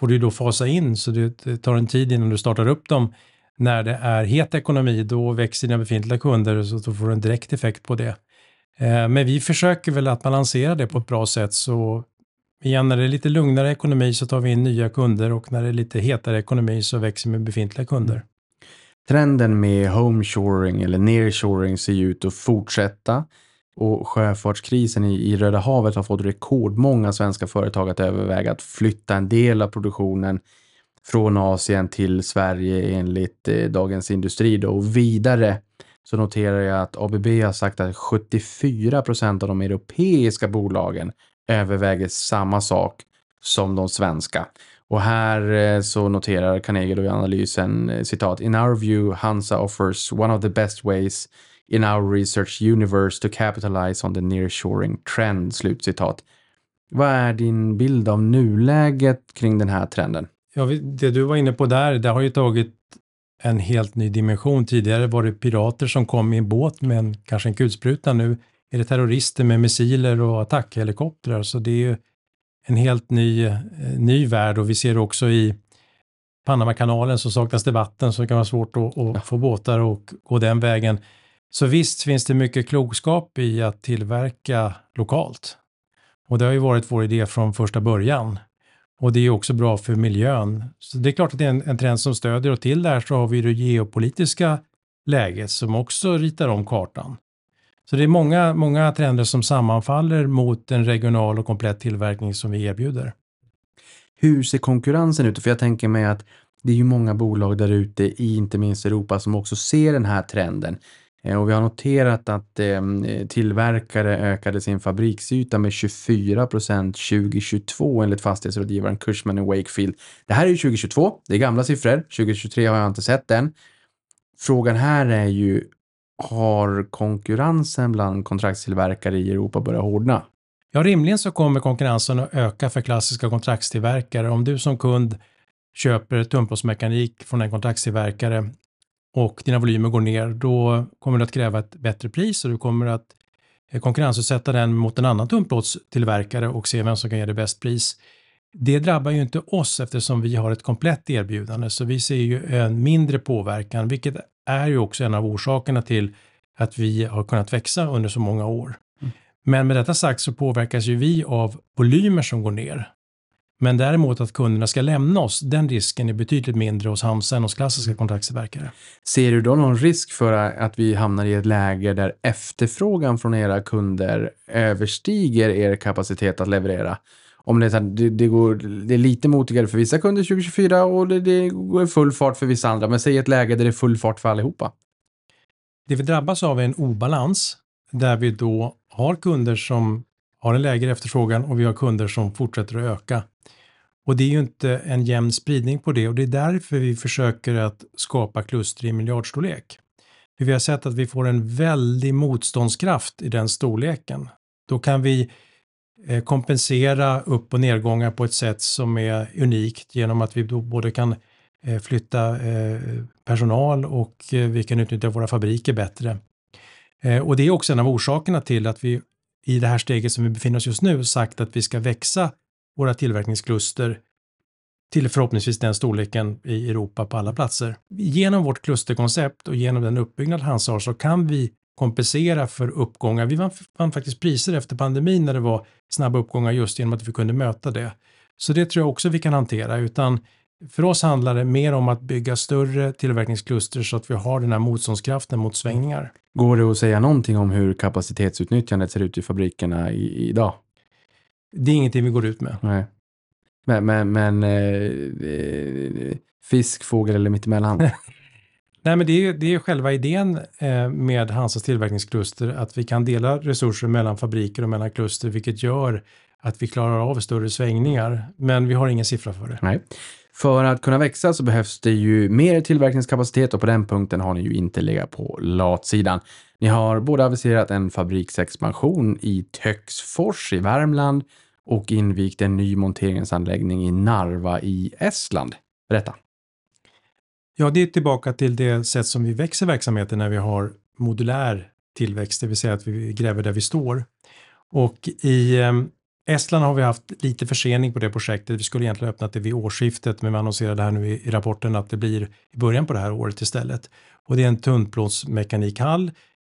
får du då fasa in, så det tar en tid innan du startar upp dem. När det är het ekonomi, då växer dina befintliga kunder, så då får du en direkt effekt på det. Men vi försöker väl att balansera det på ett bra sätt, så igen, när det är lite lugnare ekonomi så tar vi in nya kunder, och när det är lite hetare ekonomi så växer vi med befintliga kunder. Trenden med homeshoring eller nearshoring ser ut att fortsätta, och sjöfartskrisen i Röda havet har fått rekordmånga svenska företag att överväga att flytta en del av produktionen från Asien till Sverige enligt Dagens Industri då. Och vidare så noterar jag att ABB har sagt att 74% av de europeiska bolagen överväger samma sak som de svenska. Och här så noterar Carnegie då i analysen, citat, "In our view, Hansa offers one of the best ways in our research universe to capitalize on the nearshoring trend", slutcitat. Vad är din bild av nuläget kring den här trenden? Ja, det du var inne på det har ju tagit en helt ny dimension. Tidigare var det pirater som kom i en båt med kanske en kulspruta. Nu är det terrorister med missiler och attackhelikoptrar. Så det är ju en helt ny värld, och vi ser också i Panamakanalen så saknas det vatten, så det kan vara svårt att få båtar och gå den vägen. Så visst finns det mycket klokskap i att tillverka lokalt. Och det har ju varit vår idé från första början. Och det är också bra för miljön. Så det är klart att det är en trend som stödjer, och till där så har vi det geopolitiska läget som också ritar om kartan. Så det är många trender som sammanfaller mot en regional och komplett tillverkning som vi erbjuder. Hur ser konkurrensen ut? För jag tänker mig att det är ju många bolag där ute i inte minst Europa som också ser den här trenden. Och vi har noterat att tillverkare ökade sin fabriksyta med 24% 2022 enligt fastighetsrådgivaren Cushman & Wakefield. Det här är ju 2022, det är gamla siffror. 2023 har jag inte sett än. Frågan här är ju, har konkurrensen bland kontraktstillverkare i Europa börjat hårdna? Ja, rimligen så kommer konkurrensen att öka för klassiska kontraktstillverkare. Om du som kund köper tunnplåtsmekanik från en kontraktstillverkare och dina volymer går ner, då kommer du att kräva ett bättre pris, och du kommer att konkurrensutsätta den mot en annan tunnplåtstillverkare och se vem som kan ge det bäst pris. Det drabbar ju inte oss eftersom vi har ett komplett erbjudande, så vi ser ju en mindre påverkan, vilket är ju också en av orsakerna till att vi har kunnat växa under så många år. Men med detta sagt så påverkas ju vi av volymer som går ner. Men däremot att kunderna ska lämna oss, den risken är betydligt mindre hos Hansa än hos klassiska kontraktstillverkare. Ser du då någon risk för att vi hamnar i ett läge där efterfrågan från era kunder överstiger er kapacitet att leverera? Om det är lite motigare för vissa kunder 2024 och det går full fart för vissa andra, men säg ett läge där det är full fart för allihopa. Det vi drabbas av är en obalans där vi då har kunder som har en lägre efterfrågan och vi har kunder som fortsätter att öka. Och det är ju inte en jämn spridning på det, och det är därför vi försöker att skapa kluster i miljardstorlek. För vi har sett att vi får en väldig motståndskraft i den storleken. Då kan vi kompensera upp- och nedgångar på ett sätt som är unikt genom att vi då både kan flytta personal och vi kan utnyttja våra fabriker bättre. Och det är också en av orsakerna till att vi i det här steget som vi befinner oss just nu sagt att vi ska växa våra tillverkningskluster till förhoppningsvis den storleken i Europa på alla platser. Genom vårt klusterkoncept och genom den uppbyggnad Hansa har så kan vi kompensera för uppgångar. Vi vann faktiskt priser efter pandemin när det var snabba uppgångar just genom att vi kunde möta det. Så det tror jag också vi kan hantera, utan för oss handlar det mer om att bygga större tillverkningskluster så att vi har den här motståndskraften mot svängningar. Går det att säga någonting om hur kapacitetsutnyttjandet ser ut i fabrikerna idag? Det är ingenting vi går ut med. Nej. Men fisk, fågel eller mittemellan? Nej, men det är själva idén med Hansas tillverkningskluster, att vi kan dela resurser mellan fabriker och mellan kluster, vilket gör att vi klarar av större svängningar. Men vi har ingen siffra för det. Nej. För att kunna växa så behövs det ju mer tillverkningskapacitet, och på den punkten har ni ju inte legat på latsidan. Ni har både aviserat en fabriksexpansion i Töcksfors i Värmland och invigt en ny monteringsanläggning i Narva i Estland. Berätta. Ja, det är tillbaka till det sätt som vi växer verksamheten när vi har modulär tillväxt, det vill säga att vi gräver där vi står. Och i Estland har vi haft lite försening på det projektet. Vi skulle egentligen öppnat det vid årsskiftet, men vi annonserade här nu i rapporten att det blir i början på det här året istället. Och det är en tunnplåtsmekanikhall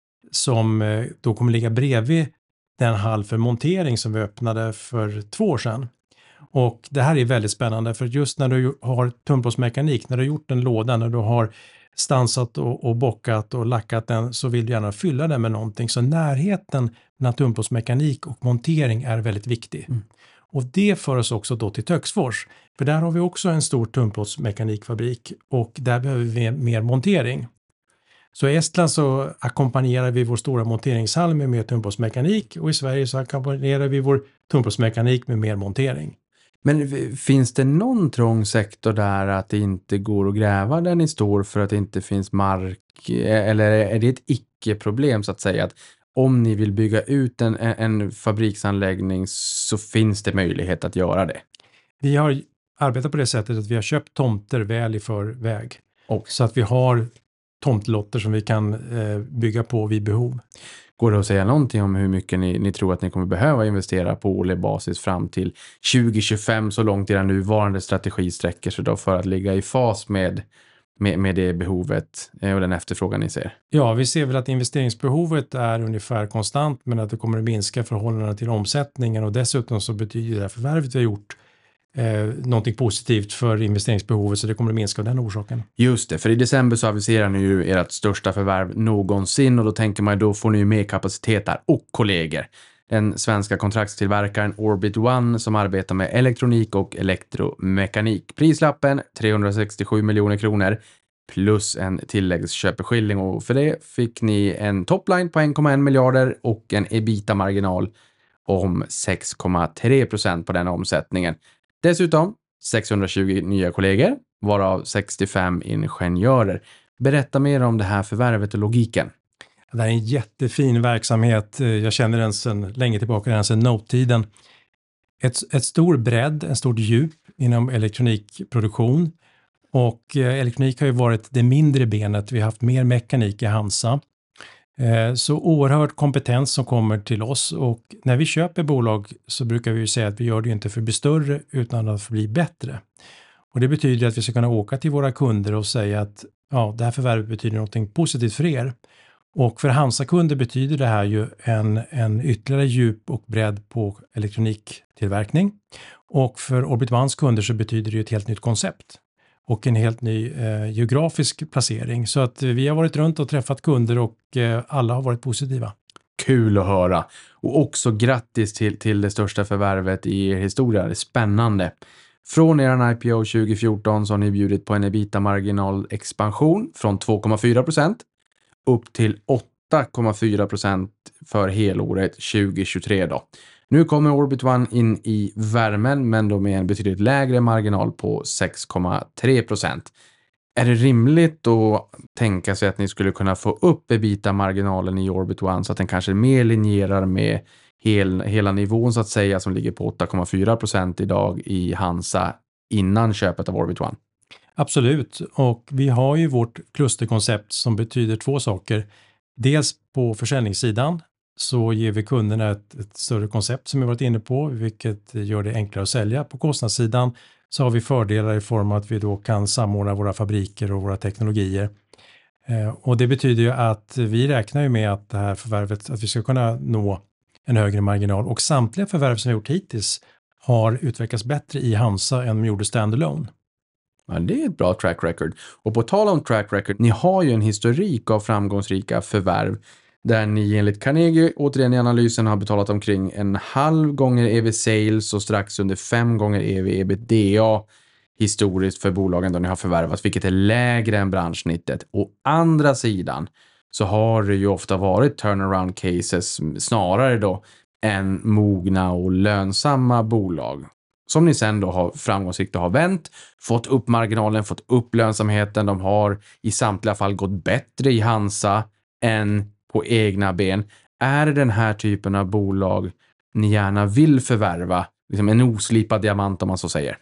som då kommer ligga bredvid den hall för montering som vi öppnade för 2 år sedan. Och det här är väldigt spännande, för just när du har tunnplåtsmekanik, när du har gjort en låda, när du har stansat och bockat och lackat den, så vill du gärna fylla den med någonting. Så närheten mellan tunnplåtsmekanik och montering är väldigt viktig. Och det för oss också då till Töcksfors. För där har vi också en stor tunnplåtsmekanikfabrik och där behöver vi mer montering. Så i Estland så ackompanjerar vi vår stora monteringshall med mer tunnplåtsmekanik och i Sverige så ackompanjerar vi vår tunnplåtsmekanik med mer montering. Men finns det någon trång sektor där att det inte går att gräva där ni står för att det inte finns mark? Eller är det ett icke-problem så att säga, att om ni vill bygga ut en fabriksanläggning så finns det möjlighet att göra det? Vi har arbetat på det sättet att vi har köpt tomter väl i förväg. Så att vi har tomtlotter som vi kan bygga på vid behov. Går det att säga någonting om hur mycket ni tror att ni kommer behöva investera på årlig basis fram till 2025, så långt era nuvarande strategi sträcker sig då för att ligga i fas med det behovet och den efterfrågan ni ser? Ja, vi ser väl att investeringsbehovet är ungefär konstant, men att det kommer att minska förhållande till omsättningen, och dessutom så betyder det här förvärvet vi har gjort någonting positivt för investeringsbehovet, så det kommer att minska av den orsaken. Just det, för i december så aviserar ni ju ert största förvärv någonsin, och då tänker man då får ni ju mer kapacitet där och kollegor. Den svenska kontraktstillverkaren Orbit One som arbetar med elektronik och elektromekanik. Prislappen 367 miljoner kronor plus en tilläggsköpeskilling, och för det fick ni en topline på 1,1 miljarder och en EBITDA-marginal om 6,3% på den omsättningen. Dessutom 620 nya kollegor, varav 65 ingenjörer. Berätta mer om det här förvärvet och logiken. Det här är en jättefin verksamhet. Jag känner den sedan länge tillbaka, redan sedan Note-tiden. Ett stor bredd, en stort djup inom elektronikproduktion. Och elektronik har ju varit det mindre benet. Vi har haft mer mekanik i Hansa. Så oerhört kompetens som kommer till oss, och när vi köper bolag så brukar vi ju säga att vi gör det inte för att bli större utan att bli bättre. Och det betyder att vi ska kunna åka till våra kunder och säga att ja, det här förvärvet betyder någonting positivt för er. Och för Hansa-kunder betyder det här ju en ytterligare djup och bredd på elektroniktillverkning. Och för Orbit Ones kunder så betyder det ju ett helt nytt koncept. Och en helt ny geografisk placering. Så att vi har varit runt och träffat kunder och alla har varit positiva. Kul att höra. Och också grattis till det största förvärvet i er historia. Det är spännande. Från er IPO 2014 så har ni bjudit på en EBITDA-marginal expansion från 2,4% upp till 8,4% för helåret 2023 då. Nu kommer Orbit One in i värmen, men då med en betydligt lägre marginal på 6,3%. Är det rimligt att tänka sig att ni skulle kunna få upp EBITDA-marginalen i Orbit One så att den kanske mer linjerar med hela nivån så att säga, som ligger på 8,4% idag i Hansa innan köpet av Orbit One? Absolut, och vi har ju vårt klusterkoncept som betyder 2 saker. Dels på försäljningssidan så ger vi kunderna ett större koncept som vi varit inne på, vilket gör det enklare att sälja. På kostnadssidan så har vi fördelar i form av att vi då kan samordna våra fabriker och våra teknologier. Och det betyder ju att vi räknar ju med att det här förvärvet, att vi ska kunna nå en högre marginal. Och samtliga förvärv som vi gjort hittills har utvecklats bättre i Hansa än de gjorde standalone. Ja, det är ett bra track record. Och på tal om track record, ni har ju en historik av framgångsrika förvärv där ni enligt Carnegie, återigen i analysen, har betalat omkring 1,5 gånger EV sales och strax under 5 gånger EV EBITDA historiskt för bolagen då ni har förvärvat, vilket är lägre än branschsnittet. Å andra sidan så har det ju ofta varit turnaround cases snarare då än mogna och lönsamma bolag. Som ni sen då har framgångsrikt har vänt, fått upp marginalen, fått upp lönsamheten. De har i samtliga fall gått bättre i Hansa än på egna ben. Är det den här typen av bolag ni gärna vill förvärva? Liksom en oslipad diamant om man så säger.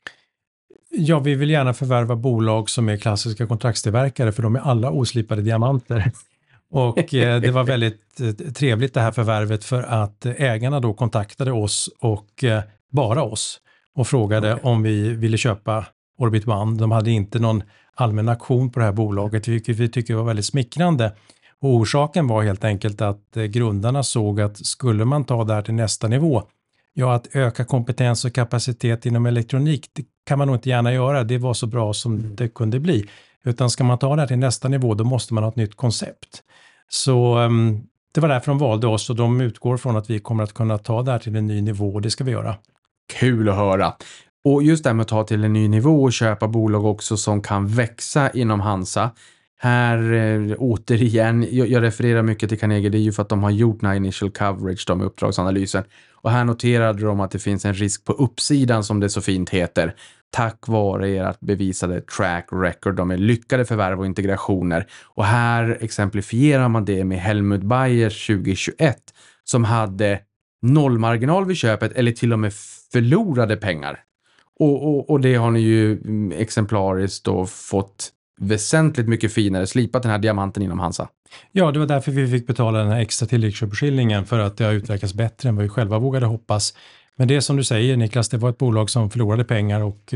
Ja, vi vill gärna förvärva bolag som är klassiska kontraktstillverkare, för de är alla oslipade diamanter. Och det var väldigt trevligt det här förvärvet för att ägarna då kontaktade oss och bara oss och frågade om vi ville köpa Orbit One. De hade inte någon allmän aktion på det här bolaget, vilket vi tycker var väldigt smickrande. Och orsaken var helt enkelt att grundarna såg att skulle man ta det här till nästa nivå, ja, att öka kompetens och kapacitet inom elektronik, det kan man nog inte gärna göra. Det var så bra som det kunde bli. Utan ska man ta det här till nästa nivå, då måste man ha ett nytt koncept. Så det var därför de valde oss och de utgår från att vi kommer att kunna ta det här till en ny nivå och det ska vi göra. Kul att höra. Och just det här med att ta till en ny nivå och köpa bolag också som kan växa inom Hansa. Här återigen, jag refererar mycket till Carnegie, det är ju för att de har gjort den här initial coverage, de uppdragsanalysen. Och här noterade de att det finns en risk på uppsidan som det så fint heter. Tack vare ert bevisade track record, de är lyckade förvärv och integrationer. Och här exemplifierar man det med Helmut Bayers 2021 som hade nollmarginal vid köpet eller till och med förlorade pengar. Och det har ni ju exemplariskt då fått väsentligt mycket finare, slipat den här diamanten inom Hansa. Ja, det var därför vi fick betala den här extra tilläggsköpeskillingen för att det har utvecklats bättre än vad vi själva vågade hoppas. Men det som du säger Niklas, det var ett bolag som förlorade pengar och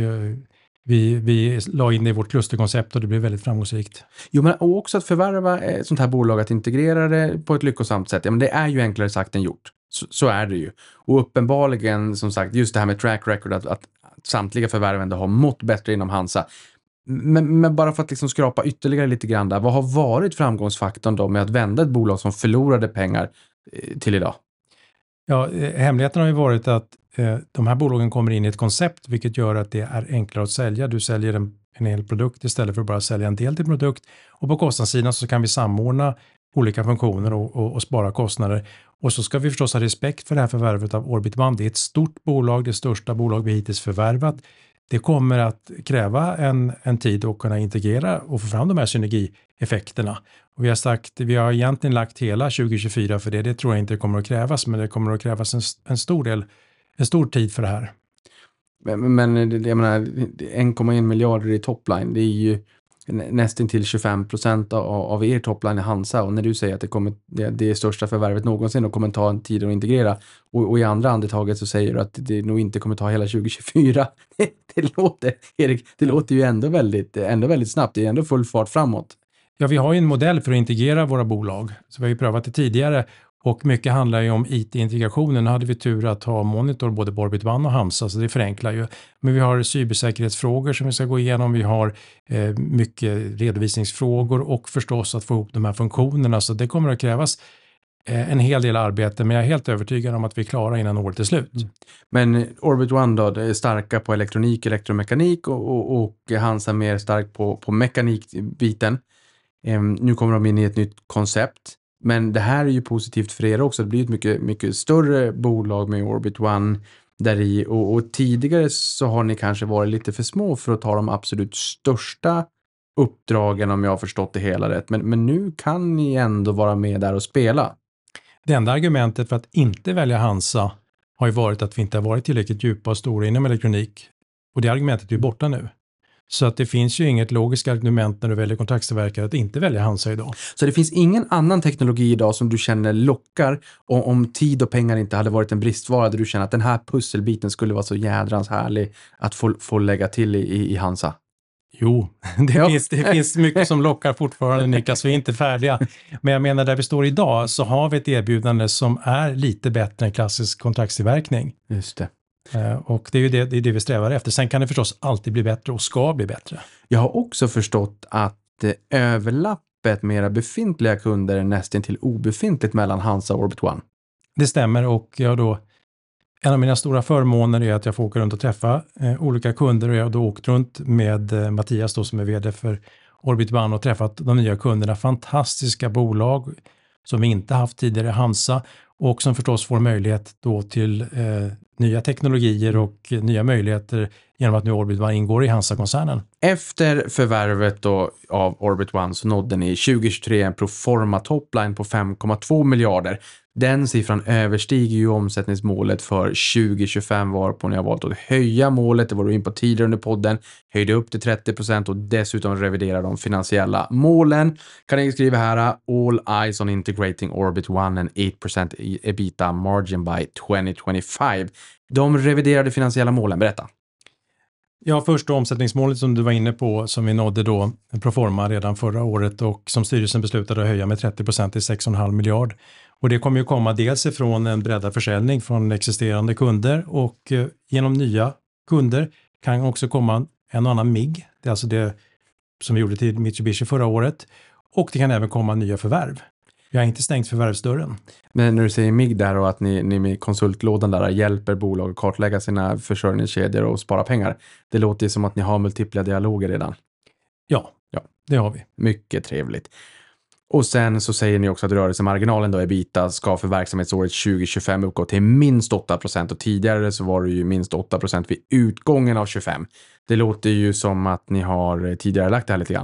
vi la in det i vårt klusterkoncept och det blev väldigt framgångsrikt. Jo, men också att förvärva ett sånt här bolag, att integrera det på ett lyckosamt sätt. Ja, men det är ju enklare sagt än gjort. Så är det ju. Och uppenbarligen, som sagt, just det här med track record, att samtliga förvärvande har mått bättre inom Hansa. Men bara för att liksom skrapa ytterligare lite grann där, vad har varit framgångsfaktorn då med att vända ett bolag som förlorade pengar till idag? Ja, hemligheten har ju varit att de här bolagen kommer in i ett koncept vilket gör att det är enklare att sälja. Du säljer en hel produkt istället för att bara sälja en del till produkt. Och på kostnadssidan så kan vi samordna olika funktioner och spara kostnader. Och så ska vi förstås ha respekt för det här förvärvet av Orbit One. Det är ett stort bolag, det största bolag vi hittills förvärvat. Det kommer att kräva en tid att kunna integrera och få fram de här synergieffekterna. Och vi har egentligen lagt hela 2024 för det. Det tror jag inte kommer att krävas, men det kommer att krävas en stor tid för det här. Men jag menar, 1,1 miljarder i topline, det är ju nästan till 25% av er topline i Hansa. Och när du säger att det är största förvärvet någonsin och kommer ta en tid att integrera, och i andra andetaget så säger du att det nog inte kommer ta hela 2024. Det låter ju ändå väldigt snabbt. Det är ändå full fart framåt. Ja, vi har ju en modell för att integrera våra bolag. Så vi har ju prövat det tidigare. Och mycket handlar ju om IT-integrationen. Nu hade vi tur att ha monitor både på Orbit One och Hansa, så det förenklar ju. Men vi har cybersäkerhetsfrågor som vi ska gå igenom. Vi har mycket redovisningsfrågor och förstås att få ihop de här funktionerna. Så det kommer att krävas en hel del arbete, men jag är helt övertygad om att vi är klara innan året är slut. Men Orbit One då, det är starka på elektronik, elektromekanik och Hansa mer stark på mekanikbiten. Nu kommer de in i ett nytt koncept. Men det här är ju positivt för er också. Det blir ett mycket, mycket större bolag med Orbit One där i. Och tidigare så har ni kanske varit lite för små för att ta de absolut största uppdragen, om jag har förstått det hela rätt. Men nu kan ni ändå vara med där och spela. Det enda argumentet för att inte välja Hansa har ju varit att vi inte har varit tillräckligt djupa och stora inom elektronik. Och det argumentet är ju borta nu. Så att det finns ju inget logiskt argument när du väljer kontraktstillverkare att inte välja Hansa idag. Så det finns ingen annan teknologi idag som du känner lockar, om tid och pengar inte hade varit en bristvara, där du känner att den här pusselbiten skulle vara så jädrans härlig att få lägga till i Hansa? Jo, det finns mycket som lockar fortfarande, Niklas, vi är inte färdiga. Men jag menar, där vi står idag så har vi ett erbjudande som är lite bättre än klassisk kontraktstillverkning. Just det. Och det är ju det vi strävar efter. Sen kan det förstås alltid bli bättre och ska bli bättre. Jag har också förstått att överlappet med era befintliga kunder är nästan till obefintligt mellan Hansa och Orbit One. Det stämmer, och en av mina stora förmåner är att jag får åka runt och träffa olika kunder, och jag har då åkt runt med Mattias då, som är vd för Orbit One, och träffat de nya kunderna. Fantastiska bolag som vi inte haft tidigare i Hansa, och som förstås får möjlighet då till nya teknologier och nya möjligheter genom att nu Orbit One ingår i Hansa-koncernen. Efter förvärvet då av Orbit One så nådde ni 2023 en proforma topline på 5,2 miljarder. Den siffran överstiger ju omsättningsmålet för 2025 varpå ni har valt att höja målet. Det var du in på tidigare under podden. Höjde upp till 30% och dessutom revidera de finansiella målen. Kan ni skriva här: all eyes on integrating Orbit One and 8% EBITDA margin by 2025. De reviderade finansiella målen, berätta. Ja, först omsättningsmålet som du var inne på som vi nådde då proforma redan förra året och som styrelsen beslutade att höja med 30% till 6,5 miljard. Och det kommer ju komma dels ifrån en breddad försäljning från existerande kunder och genom nya kunder kan också komma en och annan MIG. Det är alltså det som vi gjorde till Mitsubishi förra året. Och det kan även komma nya förvärv. Vi har inte stängt förvärvsdörren. Men när du säger MIG där och att ni med konsultlådan där hjälper bolag att kartlägga sina försörjningskedjor och spara pengar. Det låter ju som att ni har multipla dialoger redan. Ja, det har vi. Mycket trevligt. Och sen så säger ni också att rörelsemarginalen då EBITDA ska för verksamhetsåret 2025 uppgå till minst 8% och tidigare så var det ju minst 8% vid utgången av 25. Det låter ju som att ni har tidigare lagt det här lite grann.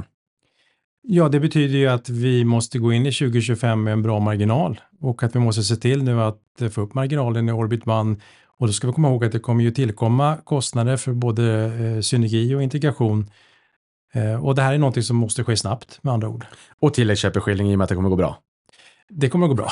Ja, det betyder ju att vi måste gå in i 2025 med en bra marginal och att vi måste se till nu att få upp marginalen i Orbit One. Och då ska vi komma ihåg att det kommer ju tillkomma kostnader för både synergi och integration. Och det här är någonting som måste ske snabbt med andra ord. Och tilläggsköpeskilling i och med att det kommer gå bra. Det kommer att gå bra.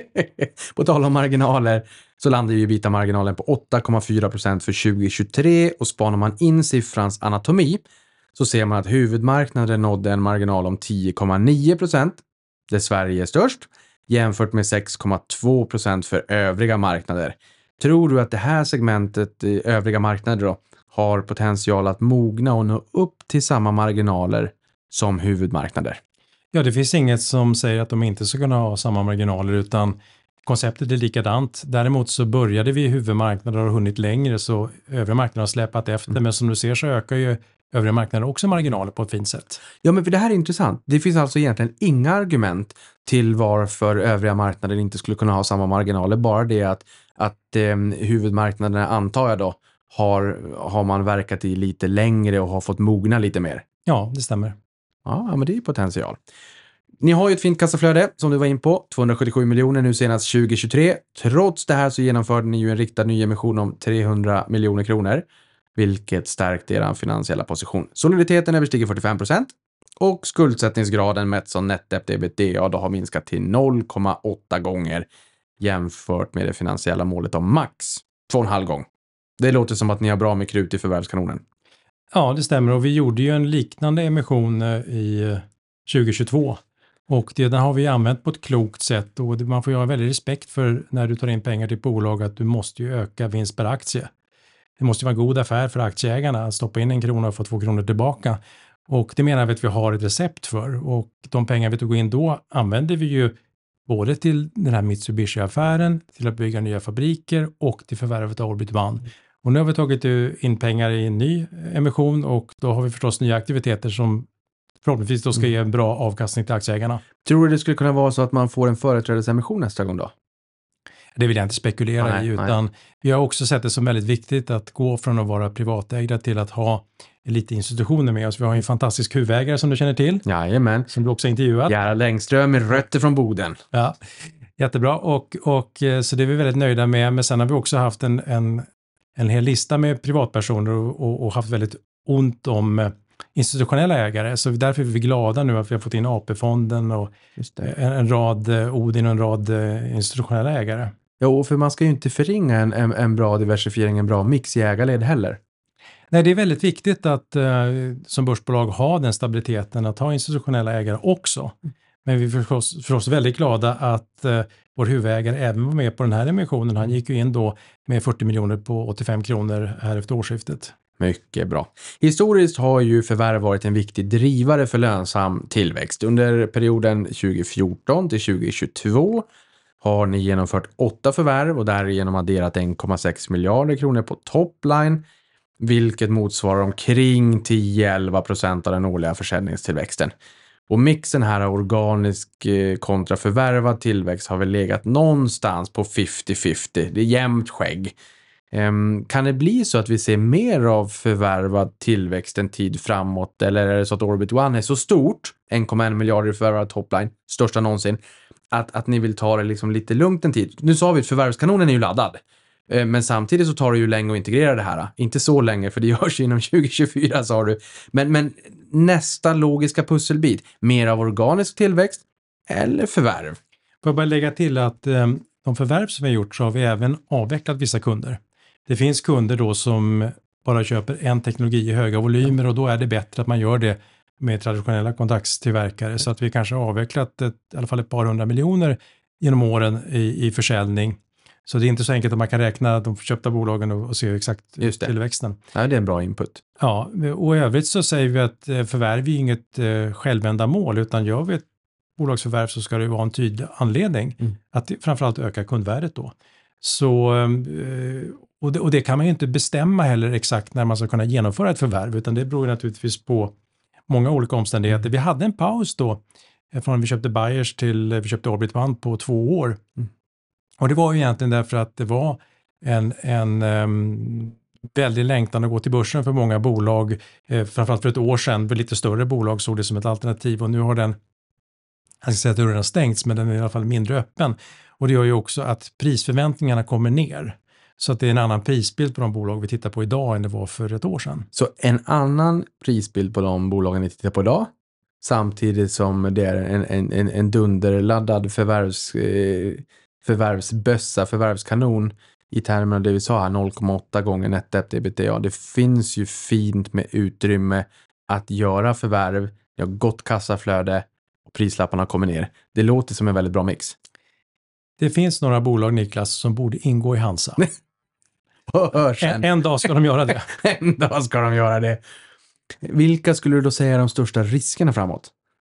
På tal om marginaler så landar ju EBITDA-marginalen på 8,4% för 2023 och spanar man in siffrans anatomi så ser man att huvudmarknaden nådde en marginal om 10,9%, där Sverige är störst, jämfört med 6,2% för övriga marknader. Tror du att det här segmentet i övriga marknader då har potential att mogna och nå upp till samma marginaler som huvudmarknader? Ja, det finns inget som säger att de inte ska kunna ha samma marginaler utan konceptet är likadant. Däremot så började vi i huvudmarknader och har hunnit längre så övriga marknader har släpat efter. Men som du ser så ökar ju övriga marknader också marginaler på ett fint sätt. Ja, men för det här är intressant. Det finns alltså egentligen inga argument till varför övriga marknader inte skulle kunna ha samma marginaler. Bara det att huvudmarknaderna antar jag då har man verkat i lite längre och har fått mogna lite mer. Ja, det stämmer. Ja, men det är potential. Ni har ju ett fint kassaflöde som du var in på. 277 miljoner nu senast 2023. Trots det här så genomförde ni ju en riktad nyemission om 300 miljoner kronor. Vilket stärkte er finansiella position. Soliditeten överstiger 45% och skuldsättningsgraden mätt som net debt EBITDA då har minskat till 0,8 gånger jämfört med det finansiella målet om max 2,5 gång. Det låter som att ni har bra med krut i förvärvskanonen. Ja, det stämmer och vi gjorde ju en liknande emission i 2022 och den har vi använt på ett klokt sätt och man får ju ha väldigt respekt för när du tar in pengar till bolag att du måste ju öka vinst per aktie. Det måste ju vara en god affär för aktieägarna att stoppa in 1 krona och få 2 kronor tillbaka. Och det menar vi att vi har ett recept för. Och de pengar vi tog in då använder vi ju både till den här Mitsubishi-affären, till att bygga nya fabriker och till förvärvet av Orbit One. Och nu har vi tagit in pengar i en ny emission och då har vi förstås nya aktiviteter som förhoppningsvis då ska ge en bra avkastning till aktieägarna. Tror du det skulle kunna vara så att man får en företrädesemission nästa gång då? Det vill jag inte spekulera i utan vi har också sett det som väldigt viktigt att gå från att vara privatägda till att ha lite institutioner med oss. Vi har ju en fantastisk huvudägare som du känner till. Jajamän. Som du också intervjuat. Gerhard Längström med rötter från Boden. Ja, jättebra och så det är vi väldigt nöjda med. Men sen har vi också haft en hel lista med privatpersoner och haft väldigt ont om institutionella ägare. Så därför är vi glada nu att vi har fått in AP-fonden och en rad Odin och en rad institutionella ägare. Ja, för man ska ju inte förringa en bra diversifiering, en bra mix i ägarled heller. Nej, det är väldigt viktigt att som börsbolag ha den stabiliteten att ha institutionella ägare också. Men vi är förstås väldigt glada att vår huvudägare även var med på den här emissionen. Han gick ju in då med 40 miljoner på 85 kronor här efter årsskiftet. Mycket bra. Historiskt har ju förvärv varit en viktig drivare för lönsam tillväxt. Under perioden 2014 till 2022 har ni genomfört 8 förvärv och därigenom adderat 1,6 miljarder kronor på topline, vilket motsvarar omkring 10-11% av den årliga försäljningstillväxten. Och mixen här av organisk kontra förvärvad tillväxt har väl legat någonstans på 50-50. Det är jämnt skägg. Kan det bli så att vi ser mer av förvärvad tillväxt en tid framåt, eller är det så att Orbit One är så stort, 1,1 miljarder i förvärvad topline, största någonsin, att ni vill ta det liksom lite lugnt en tid? Nu sa vi att förvärvskanonen är ju laddad, men samtidigt så tar det ju länge att integrera det här. Inte så länge, för det görs inom 2024 sa du. Men nästa logiska pusselbit, mer av organisk tillväxt eller förvärv? Får jag bara lägga till att de förvärv som vi har gjort så har vi även avvecklat vissa kunder. Det finns kunder då som bara köper en teknologi i höga volymer, och då är det bättre att man gör det med traditionella kontaktstillverkare, så att vi kanske har avvecklat i alla fall ett par 100 miljoner genom åren i försäljning. Så det är inte så enkelt att man kan räkna de köpta bolagen och se exakt tillväxten. Ja, det är en bra input. Ja, och i övrigt så säger vi att förvärv är inget självändamål, utan gör vi ett bolagsförvärv så ska det vara en tydlig anledning att framförallt öka kundvärdet då. Så, och det kan man ju inte bestämma heller exakt när man ska kunna genomföra ett förvärv, utan det beror ju naturligtvis på många olika omständigheter. Vi hade en paus då från vi köpte Bayers till vi köpte Orbit One på 2 år. Och det var ju egentligen därför att det var en väldigt längtan att gå till börsen för många bolag. Framförallt för ett år sedan, för lite större bolag såg det som ett alternativ, och nu har den, jag ska säga att dörren har stängts, men den är i alla fall mindre öppen. Och det gör ju också att prisförväntningarna kommer ner. Så att det är en annan prisbild på de bolag vi tittar på idag än det var för ett år sedan. Så en annan prisbild på de bolagen ni tittar på idag, samtidigt som det är en dunderladdad förvärvsbössa, förvärvskanon i termer av det vi sa här, 0,8 gånger net debt EBITDA. Det finns ju fint med utrymme att göra förvärv, jag har gott kassaflöde och prislapparna kommer ner. Det låter som en väldigt bra mix. Det finns några bolag, Niklas, som borde ingå i Hansa. En En dag ska de göra det. En dag ska de göra det. Vilka skulle du då säga är de största riskerna framåt?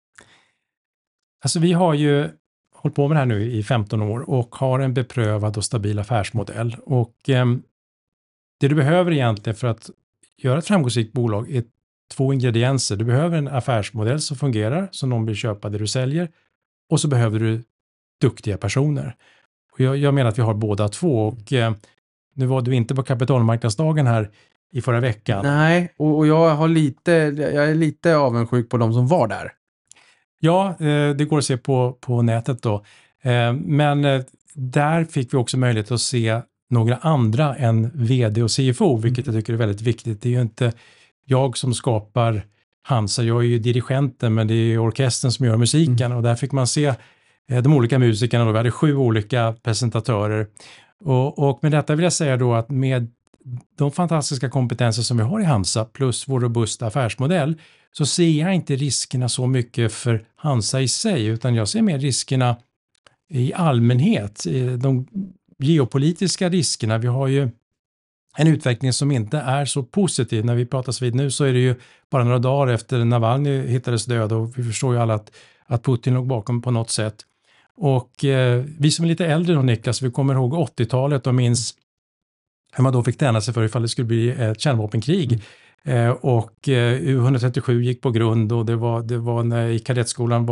Alltså vi har ju hållit på med det här nu i 15 år och har en beprövad och stabil affärsmodell. Och det du behöver egentligen för att göra ett framgångsrikt bolag är 2 ingredienser. Du behöver en affärsmodell som fungerar, som någon vill köpa det du säljer, och så behöver du duktiga personer. Och jag menar att vi har båda två, och nu var du inte på kapitalmarknadsdagen här i förra veckan. Nej, och jag är lite avundsjuk på de som var där. Ja, det går att se på nätet då. Men där fick vi också möjlighet att se några andra än vd och CFO, vilket jag tycker är väldigt viktigt. Det är ju inte jag som skapar Hansa, jag är ju dirigenten, men det är orkestern som gör musiken, och där fick man se de olika musikerna, och vi hade 7 olika presentatörer. Och med detta vill jag säga då att med de fantastiska kompetenser som vi har i Hansa plus vår robusta affärsmodell, så ser jag inte riskerna så mycket för Hansa i sig, utan jag ser mer riskerna i allmänhet. De geopolitiska riskerna, vi har ju en utveckling som inte är så positiv. När vi pratas vid nu så är det ju bara några dagar efter Navalny hittades död, och vi förstår ju alla att Putin låg bakom på något sätt. Och vi som är lite äldre då, Niklas, vi kommer ihåg 80-talet och minns hur man då fick träna sig för ifall det skulle bli ett kärnvapenkrig. Och U-137 gick på grund, och det var när i kadettskolan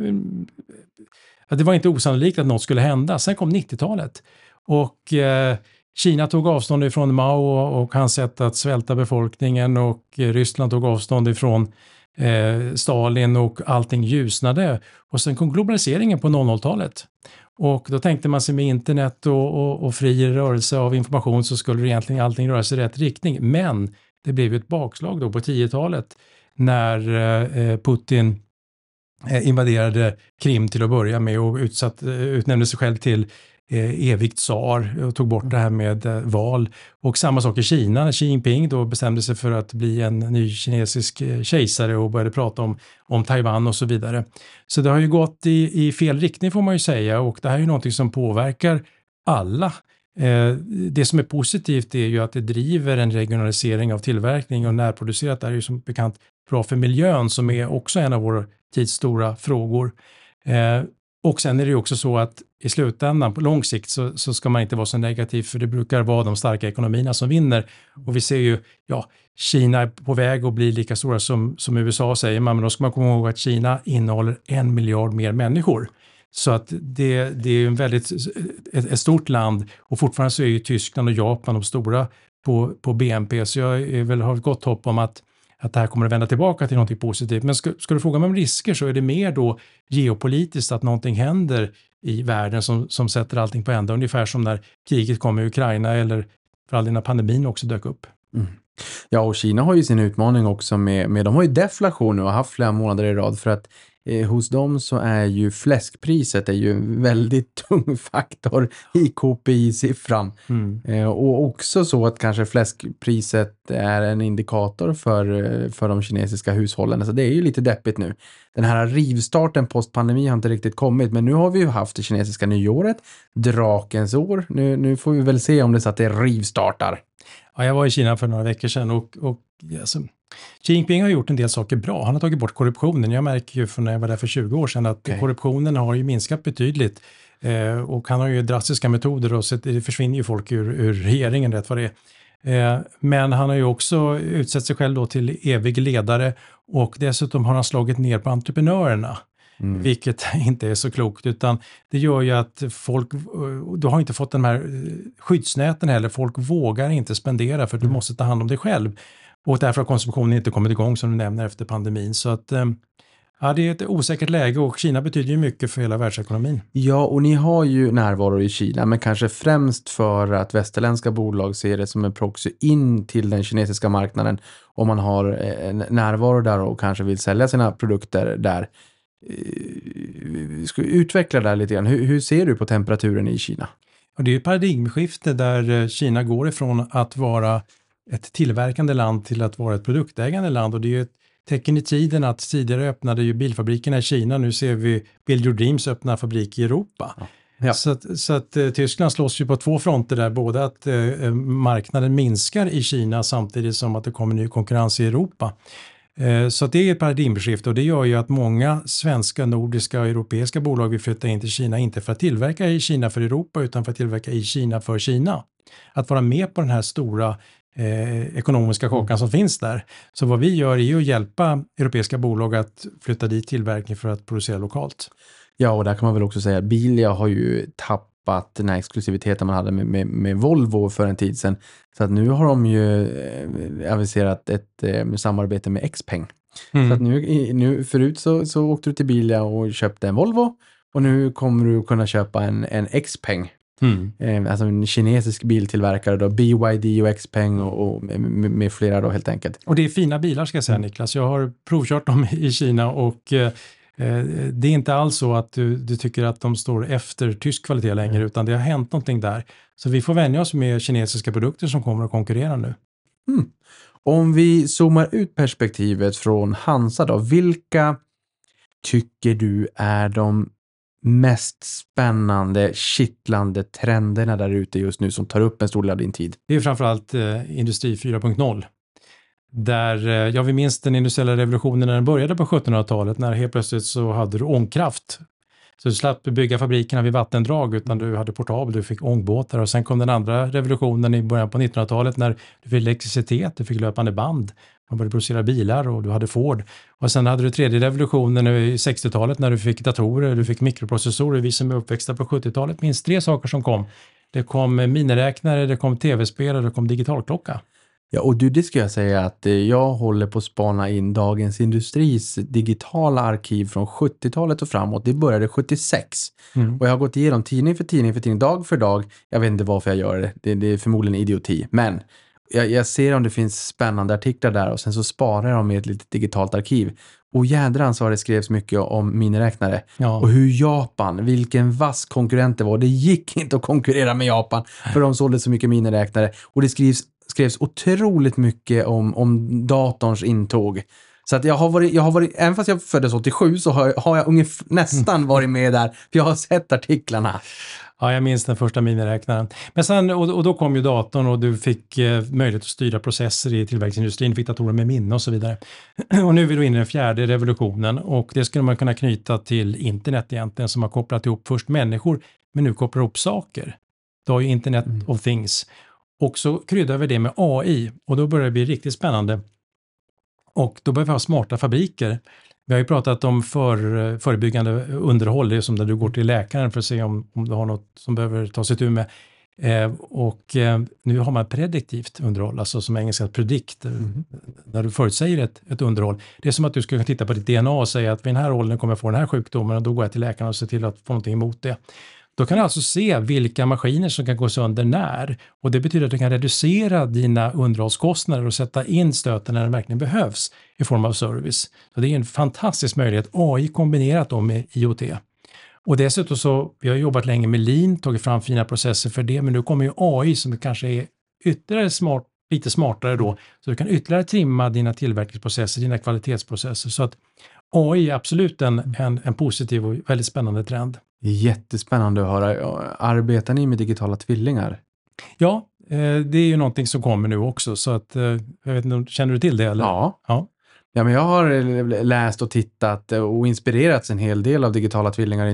det var inte osannolikt att något skulle hända. Sen kom 90-talet och Kina tog avstånd ifrån Mao och hans sätt att svälta befolkningen, och Ryssland tog avstånd ifrån Stalin, och allting ljusnade. Och sen kom globaliseringen på 00-talet. Och då tänkte man sig med internet och fri rörelse av information så skulle egentligen allting röra sig i rätt riktning. Men det blev ett bakslag då på 10-talet när Putin invaderade Krim till att börja med och utnämnde sig själv till evigt tsar och tog bort det här med val. Och samma sak i Kina när Xi Jinping då bestämde sig för att bli en ny kinesisk kejsare och började prata om Taiwan och så vidare. Så det har ju gått i fel riktning får man ju säga, och det här är ju någonting som påverkar alla. Det som är positivt är ju att det driver en regionalisering av tillverkning, och närproducerat är ju som bekant bra för miljön, som är också en av våra tids stora frågor. Och sen är det ju också så att i slutändan på lång sikt så ska man inte vara så negativ, för det brukar vara de starka ekonomierna som vinner. Och vi ser ju, Kina är på väg att bli lika stora som USA säger man, men då ska man komma ihåg att Kina innehåller 1 miljard mer människor. Så att det är en väldigt ett stort land och fortfarande så är ju Tyskland och Japan de stora på BNP. Så jag har ett gott hopp om att det här kommer att vända tillbaka till något positivt. Men ska du fråga mig om risker så är det mer då geopolitiskt att någonting händer i världen som sätter allting på ända. Ungefär som när kriget kom i Ukraina eller för all den när pandemin också dök upp. Mm. Ja, och Kina har ju sin utmaning också med de har ju deflation nu och har haft flera månader i rad för att hos dem så är ju fläskpriset är ju en väldigt tung faktor i KPI-siffran. Och också så att kanske fläskpriset är en indikator för de kinesiska hushållen. Så det är ju lite deppigt nu. Den här rivstarten post-pandemi har inte riktigt kommit, men nu har vi ju haft det kinesiska nyåret, drakens år. Nu får vi väl se om det så att det rivstartar. Ja, jag var i Kina för några veckor sedan och alltså, Xi Jinping har gjort en del saker bra. Han har tagit bort korruptionen. Jag märker ju från när jag var där för 20 år sedan att korruptionen har ju minskat betydligt. Och han har ju drastiska metoder och så det försvinner ju folk ur regeringen rätt vad det är. Men han har ju också utsett sig själv då till evig ledare och dessutom har han slagit ner på entreprenörerna. Vilket inte är så klokt utan det gör ju att folk, du har inte fått den här skyddsnäten heller, folk vågar inte spendera för du måste ta hand om dig själv och därför har konsumtionen inte kommit igång som du nämner efter pandemin så att ja, det är ett osäkert läge och Kina betyder ju mycket för hela världsekonomin. Ja, och ni har ju närvaro i Kina men kanske främst för att västerländska bolag ser det som en proxy in till den kinesiska marknaden om man har närvaro där och kanske vill sälja sina produkter där. Ska vi utveckla det här lite grann? Hur ser du på temperaturen i Kina? Och det är ett paradigmskifte där Kina går ifrån att vara ett tillverkande land till att vara ett produktägande land och det är ju ett tecken i tiden att tidigare öppnade ju bilfabrikerna i Kina, nu ser vi Build Your Dreams öppna fabrik i Europa. Ja. Så att Tyskland slåss ju på två fronter där, både att marknaden minskar i Kina samtidigt som att det kommer ny konkurrens i Europa. Så det är ett paradigmskifte och det gör ju att många svenska, nordiska och europeiska bolag vill flytta in till Kina, inte för att tillverka i Kina för Europa utan för att tillverka i Kina för Kina. Att vara med på den här stora ekonomiska kakan som finns där. Så vad vi gör är ju att hjälpa europeiska bolag att flytta dit tillverkning för att producera lokalt. Ja, och där kan man väl också säga att Bilia har ju tappat den här exklusiviteten man hade med Volvo för en tid sedan. Så att nu har de ju aviserat ett samarbete med Xpeng. Så att nu förut så åkte du till Bilia och köpte en Volvo och nu kommer du kunna köpa en Xpeng. Alltså en kinesisk biltillverkare då, BYD och Xpeng och med flera då helt enkelt. Och det är fina bilar ska jag säga Niklas. Jag har provkört dem i Kina och det är inte alls så att du tycker att de står efter tysk kvalitet längre utan det har hänt någonting där. Så vi får vänja oss med kinesiska produkter som kommer att konkurrera nu. Om vi zoomar ut perspektivet från Hansa då, vilka tycker du är de mest spännande, kittlande trenderna där ute just nu som tar upp en stor del av din tid? Det är framförallt Industri 4.0. Där, vi minns den industriella revolutionen när den började på 1700-talet när helt plötsligt så hade du ångkraft. Så du slapp bygga fabrikerna vid vattendrag utan du hade portabel, du fick ångbåtar och sen kom den andra revolutionen i början på 1900-talet när du fick elektricitet, du fick löpande band. Man började producera bilar och du hade Ford. Och sen hade du tredje revolutionen i 60-talet när du fick datorer, du fick mikroprocessorer. Vi som är uppväxta på 70-talet minns 3 saker som kom. Det kom miniräknare, det kom tv-spel och det kom digitalklocka. Ja, och det ska jag säga att jag håller på att spana in Dagens Industris digitala arkiv från 70-talet och framåt. Det började 76. Och jag har gått igenom tidning för tidning, dag för dag. Jag vet inte varför jag gör det. Det är förmodligen idioti. Men jag ser om det finns spännande artiklar där och sen så sparar jag dem i ett litet digitalt arkiv. Och jädrans har det skrevs mycket om miniräknare. Ja. Och hur Japan, vilken vass konkurrent det var. Det gick inte att konkurrera med Japan för de sålde så mycket miniräknare. Och det skrevs otroligt mycket om datorns intåg. Så att jag har varit, även fast jag föddes 87 så har jag nästan varit med där. För jag har sett artiklarna. Ja, jag minns den första miniräknaren. Men sen, och då kom ju datorn och du fick möjlighet att styra processer i tillverkningsindustrin. Du fick datorer med minne och så vidare. Och nu är vi då inne i den fjärde revolutionen och det skulle man kunna knyta till internet egentligen som har kopplat ihop först människor men nu kopplar ihop saker. Då har ju internet of things. Och så kryddar vi det med AI och då börjar det bli riktigt spännande. Och då börjar vi ha smarta fabriker. Vi har ju pratat om förebyggande underhåll, det är som när du går till läkaren för att se om du har något som behöver tas itu med. Nu har man prediktivt underhåll, alltså som engelska predict, när du förutsäger ett underhåll. Det är som att du ska titta på ditt DNA och säga att vid den här åldern kommer jag få den här sjukdomen och då går jag till läkaren och ser till att få någonting emot det. Då kan du alltså se vilka maskiner som kan gå sönder när, och det betyder att du kan reducera dina underhållskostnader och sätta in stöten när det verkligen behövs i form av service. Så det är en fantastisk möjlighet, AI kombinerat då med IoT. Och dessutom så, vi har jobbat länge med Lean, tagit fram fina processer för det, men nu kommer ju AI som kanske är ytterligare lite smartare då, så du kan ytterligare trimma dina tillverkningsprocesser, dina kvalitetsprocesser. Så att AI är absolut en positiv och väldigt spännande trend. Jättespännande att höra. Arbetar ni med digitala tvillingar? Ja, det är ju någonting som kommer nu också, så att, jag vet inte, känner du till det eller? Ja. Ja, men jag har läst och tittat och inspirerats en hel del av digitala tvillingar,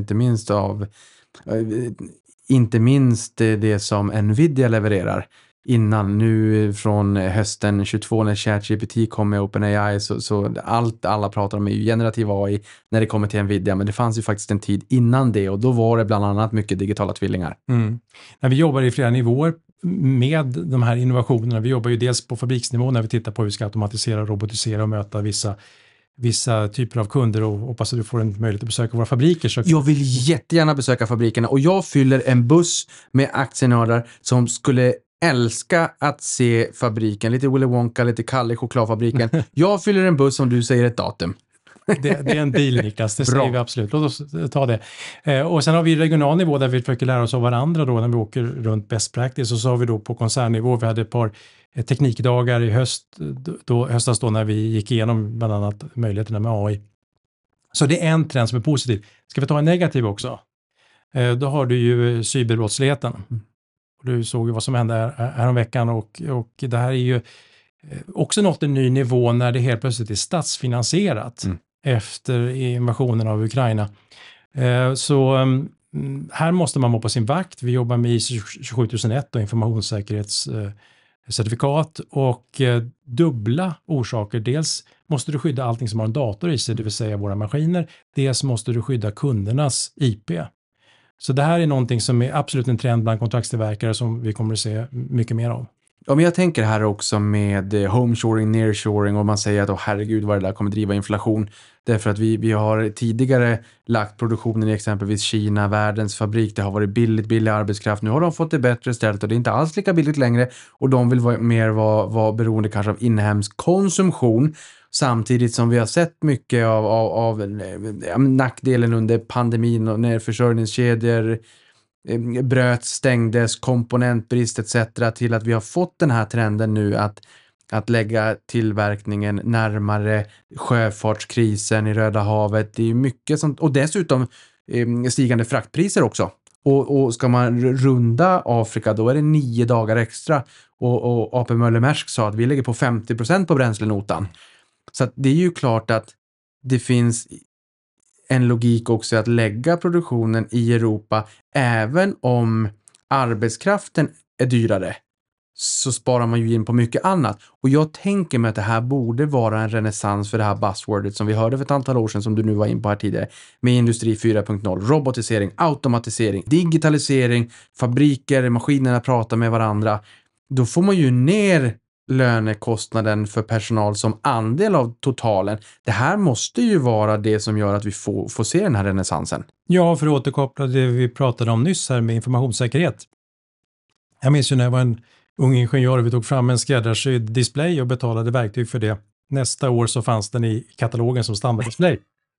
inte minst det som Nvidia levererar. Innan, nu från hösten 22 när ChatGPT kom med OpenAI, så allt alla pratar om är ju generativ AI när det kommer till Nvidia, men det fanns ju faktiskt en tid innan det och då var det bland annat mycket digitala tvillingar. När vi jobbar i flera nivåer med de här innovationerna, vi jobbar ju dels på fabriksnivå när vi tittar på hur vi ska automatisera, robotisera och möta vissa typer av kunder, och hoppas att du får en möjlighet att besöka våra fabriker. Så... Jag vill jättegärna besöka fabrikerna och jag fyller en buss med aktienördar som skulle älska att se fabriken, lite Willy Wonka, lite Kalle chokladfabriken. Jag fyller en buss om du säger ett datum. Det är en deal, Niklas, det säger vi absolut. Låt oss ta det. Och sen har vi regional nivå där vi försöker lära oss av varandra då när vi åker runt best practice, och så har vi då på koncernnivå, vi hade ett par teknikdagar i höstas då när vi gick igenom bland annat möjligheterna med AI. Så det är en trend som är positiv. Ska vi ta en negativ också? Då har du ju cyberbrottsligheten. Du såg ju vad som hände här om veckan och det här är ju också nått en ny nivå när det helt plötsligt är statsfinansierat efter invasionen av Ukraina. Så här måste man vara på sin vakt. Vi jobbar med ISO 27001 och informationssäkerhetscertifikat och dubbla orsaker. Dels måste du skydda allting som har en dator i sig, det vill säga våra maskiner. Dels måste du skydda kundernas IP. Så det här är någonting som är absolut en trend bland kontraktstillverkare som vi kommer att se mycket mer av. Ja, men jag tänker här också med homeshoring, nearshoring, och man säger att herregud vad det där kommer driva inflation. Därför att vi har tidigare lagt produktionen i exempelvis Kina, världens fabrik. Det har varit billig arbetskraft. Nu har de fått det bättre ställt och det är inte alls lika billigt längre. Och de vill mer vara beroende kanske av inhemsk konsumtion. Samtidigt som vi har sett mycket av nackdelen under pandemin och när försörjningskedjor bröts, stängdes, komponentbrist etc. till att vi har fått den här trenden nu att lägga tillverkningen närmare sjöfartskrisen i Röda havet. Det är mycket sånt, och dessutom stigande fraktpriser också. Och ska man runda Afrika då är det 9 dagar extra och AP Møller Mærsk sa att vi lägger på 50% på bränslenotan. Så att det är ju klart att det finns en logik också att lägga produktionen i Europa, även om arbetskraften är dyrare, så sparar man ju in på mycket annat. Och jag tänker mig att det här borde vara en renässans för det här buzzwordet som vi hörde för ett antal år sedan, som du nu var in på här tidigare, med industri 4.0, robotisering, automatisering, digitalisering, fabriker, maskinerna pratar med varandra. Då får man ju ner lönekostnaden för personal som andel av totalen. Det här måste ju vara det som gör att vi får se den här renässansen. Ja, för att återkoppla det vi pratade om nyss här med informationssäkerhet. Jag minns ju när jag var en ung ingenjör och vi tog fram en skräddarsydd display och betalade verktyg för det. Nästa år så fanns den i katalogen som standarddisplay.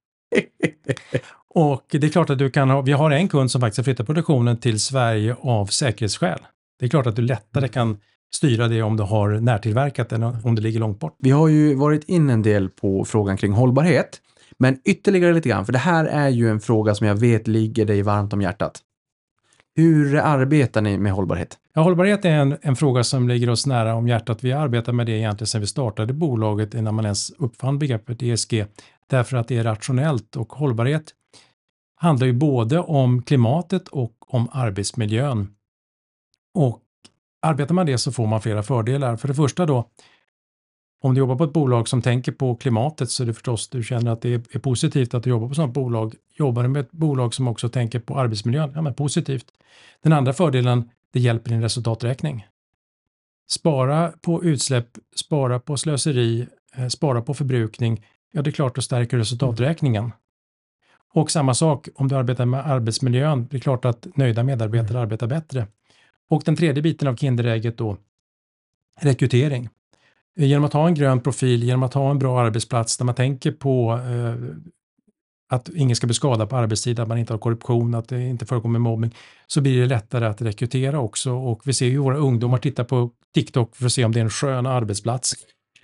Och det är klart att vi har en kund som faktiskt flyttar produktionen till Sverige av säkerhetsskäl. Det är klart att du lättare kan styra det om du har närtillverkat än om det ligger långt bort. Vi har ju varit in en del på frågan kring hållbarhet, men ytterligare lite grann, för det här är ju en fråga som jag vet ligger dig varmt om hjärtat. Hur arbetar ni med hållbarhet? Ja, hållbarhet är en fråga som ligger oss nära om hjärtat. Vi arbetar med det egentligen sedan vi startade bolaget innan man ens uppfann begreppet ESG, därför att det är rationellt, och hållbarhet handlar ju både om klimatet och om arbetsmiljön. Och arbetar man det så får man flera fördelar. För det första då, om du jobbar på ett bolag som tänker på klimatet så är det förstås du känner att det är positivt att du jobbar på sådant bolag. Jobbar du med ett bolag som också tänker på arbetsmiljön, ja men positivt. Den andra fördelen, det hjälper din resultaträkning. Spara på utsläpp, spara på slöseri, spara på förbrukning. Ja, det är klart att stärker resultaträkningen. Och samma sak om du arbetar med arbetsmiljön. Det är klart att nöjda medarbetare arbetar bättre. Och den tredje biten av Kinderägget då, rekrytering. Genom att ha en grön profil, genom att ha en bra arbetsplats där man tänker på att ingen ska bli skadad på arbetstid, att man inte har korruption, att det inte förekommer mobbing, så blir det lättare att rekrytera också. Och vi ser ju våra ungdomar titta på TikTok för att se om det är en skön arbetsplats.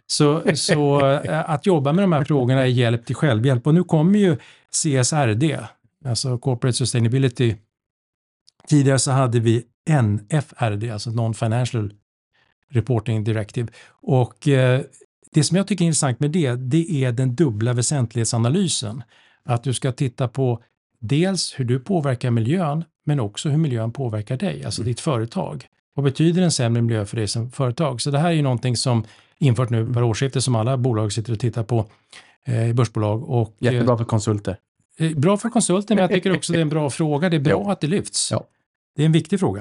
Så att jobba med de här frågorna är hjälp till självhjälp. Och nu kommer ju CSRD, alltså Corporate Sustainability. Tidigare så hade vi NFRD, alltså Non-Financial Reporting Directive. Och det som jag tycker är intressant med det är den dubbla väsentlighetsanalysen. Att du ska titta på dels hur du påverkar miljön, men också hur miljön påverkar dig, alltså ditt företag. Vad betyder en sämre miljö för dig som företag? Så det här är ju någonting som infört nu per årsskifte som alla bolag sitter och tittar på i börsbolag. Och, Jättebra för konsulter. Bra för konsulter, men jag tycker också det är en bra fråga. Det är bra att det lyfts. Ja. Det är en viktig fråga.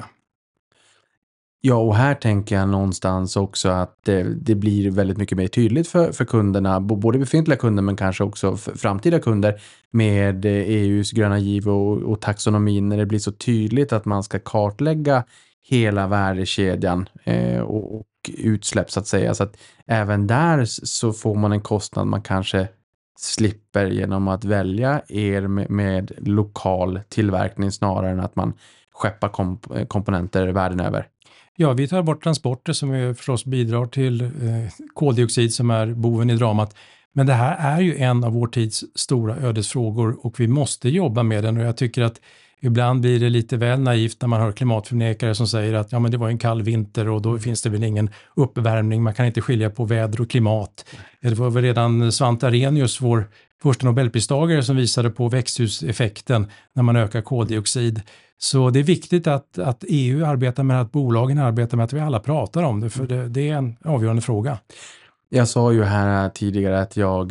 Ja, och här tänker jag någonstans också att det blir väldigt mycket mer tydligt för kunderna, både befintliga kunder men kanske också för framtida kunder med EUs gröna giv och taxonomin, när det blir så tydligt att man ska kartlägga hela värdekedjan och utsläpp så att säga. Så att även där så får man en kostnad man kanske slipper genom att välja med lokal tillverkning snarare än att man skeppar komponenter världen över. Ja, vi tar bort transporter som ju förstås bidrar till koldioxid som är boven i dramat. Men det här är ju en av vår tids stora ödesfrågor och vi måste jobba med den. Och jag tycker att ibland blir det lite väl naivt när man hör klimatförnekare som säger att ja, men det var en kall vinter och då finns det väl ingen uppvärmning. Man kan inte skilja på väder och klimat. Det var väl redan Svante Arrhenius, vår första Nobelpristagare, som visade på växthuseffekten när man ökar koldioxid. Så det är viktigt att EU arbetar med att bolagen arbetar med att vi alla pratar om det, för det är en avgörande fråga. Jag sa ju här tidigare att jag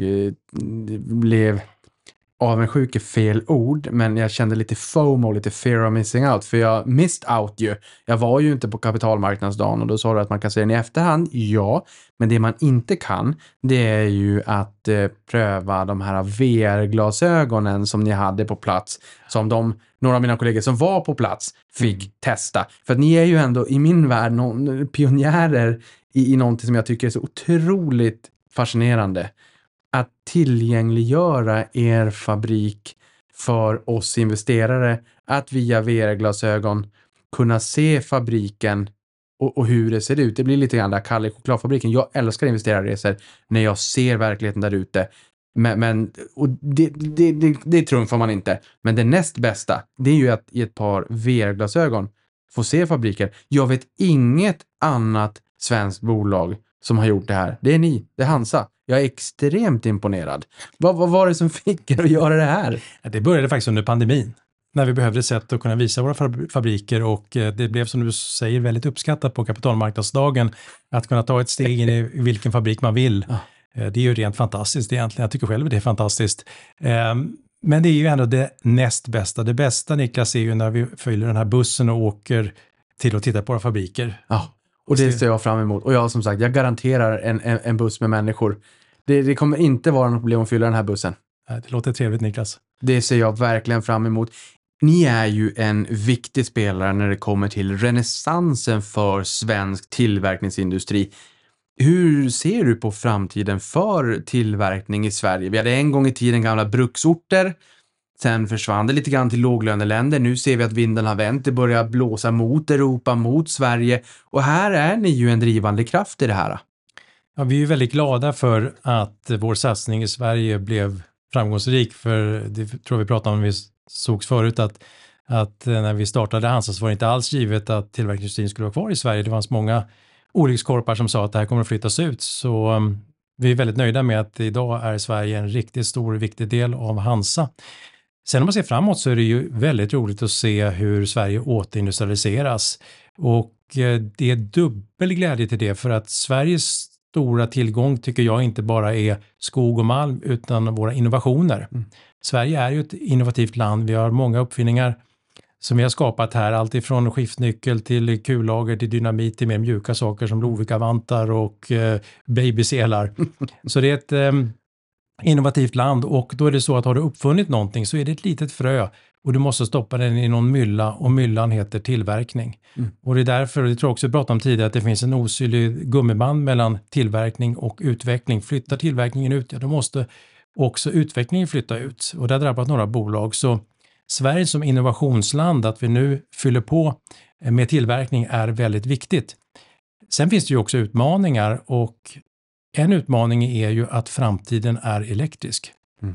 blev avundsjuk är fel ord, men jag kände lite FOMO, lite fear of missing out, för jag missed out ju. Jag var ju inte på kapitalmarknadsdagen och då sa du att man kan se den i efterhand, ja, men det man inte kan, det är ju att pröva de här VR-glasögonen som ni hade på plats, som några av mina kollegor som var på plats fick testa. För att ni är ju ändå i min värld pionjärer i någonting som jag tycker är så otroligt fascinerande. Att tillgängliggöra er fabrik för oss investerare, att via VR-glasögon kunna se fabriken och hur det ser ut. Det blir lite grann där Kalle chokladfabriken. Jag älskar investerarresor när jag ser verkligheten där ute. Men och det trumfar man inte. Men det näst bästa, det är ju att i ett par VR-glasögon få se fabriker. Jag vet inget annat svenskt bolag som har gjort det här. Det är ni, det är Hansa. Jag är extremt imponerad. Vad var det som fick er att göra det här? Det började faktiskt under pandemin. När vi behövde ett sätt att kunna visa våra fabriker och det blev, som du säger, väldigt uppskattat på kapitalmarknadsdagen att kunna ta ett steg in i vilken fabrik man vill. Det är ju rent fantastiskt egentligen. Jag tycker själv det är fantastiskt. Men det är ju ändå det näst bästa. Det bästa, Niklas, är ju när vi följer den här bussen och åker till att titta på våra fabriker. Ja, och det ser jag fram emot. Och jag, som sagt, jag garanterar en buss med människor. Det kommer inte vara något problem att fylla den här bussen. Det låter trevligt, Niklas. Det ser jag verkligen fram emot. Ni är ju en viktig spelare när det kommer till renässansen för svensk tillverkningsindustri. Hur ser du på framtiden för tillverkning i Sverige? Vi hade en gång i tiden gamla bruksorter. Sen försvann det lite grann till låglöneländer. Nu ser vi att vinden har vänt. Det börjar blåsa mot Europa, mot Sverige. Och här är ni ju en drivande kraft i det här. Ja, vi är väldigt glada för att vår satsning i Sverige blev framgångsrik. För det tror vi pratade om när vi sågs förut att när vi startade Hansa så var det inte alls givet att tillverkningsindustrin skulle vara kvar i Sverige. Det fanns många olyckskorpar som sa att det här kommer att flyttas ut. Så vi är väldigt nöjda med att idag är Sverige en riktigt stor och viktig del av Hansa. Sen om man ser framåt så är det ju väldigt roligt att se hur Sverige återindustrialiseras. Och det är dubbel glädje till det, för att Sveriges stora tillgång tycker jag inte bara är skog och malm utan våra innovationer. Sverige är ju ett innovativt land. Vi har många uppfinningar som vi har skapat här. Allt ifrån skiftnyckel till kullager till dynamit till mer mjuka saker som Lovikkavantar och babyselar. Så det är ett innovativt land och då är det så att har du uppfunnit någonting så är det ett litet frö och du måste stoppa den i någon mylla och myllan heter tillverkning. Och det är därför, och det tror jag också vi pratade om tidigare, att det finns en osynlig gummiband mellan tillverkning och utveckling. Flyttar tillverkningen ut, ja då måste också utvecklingen flytta ut och det har drabbat några bolag. Så Sverige som innovationsland, att vi nu fyller på med tillverkning är väldigt viktigt. Sen finns det ju också utmaningar och en utmaning är ju att framtiden är elektrisk.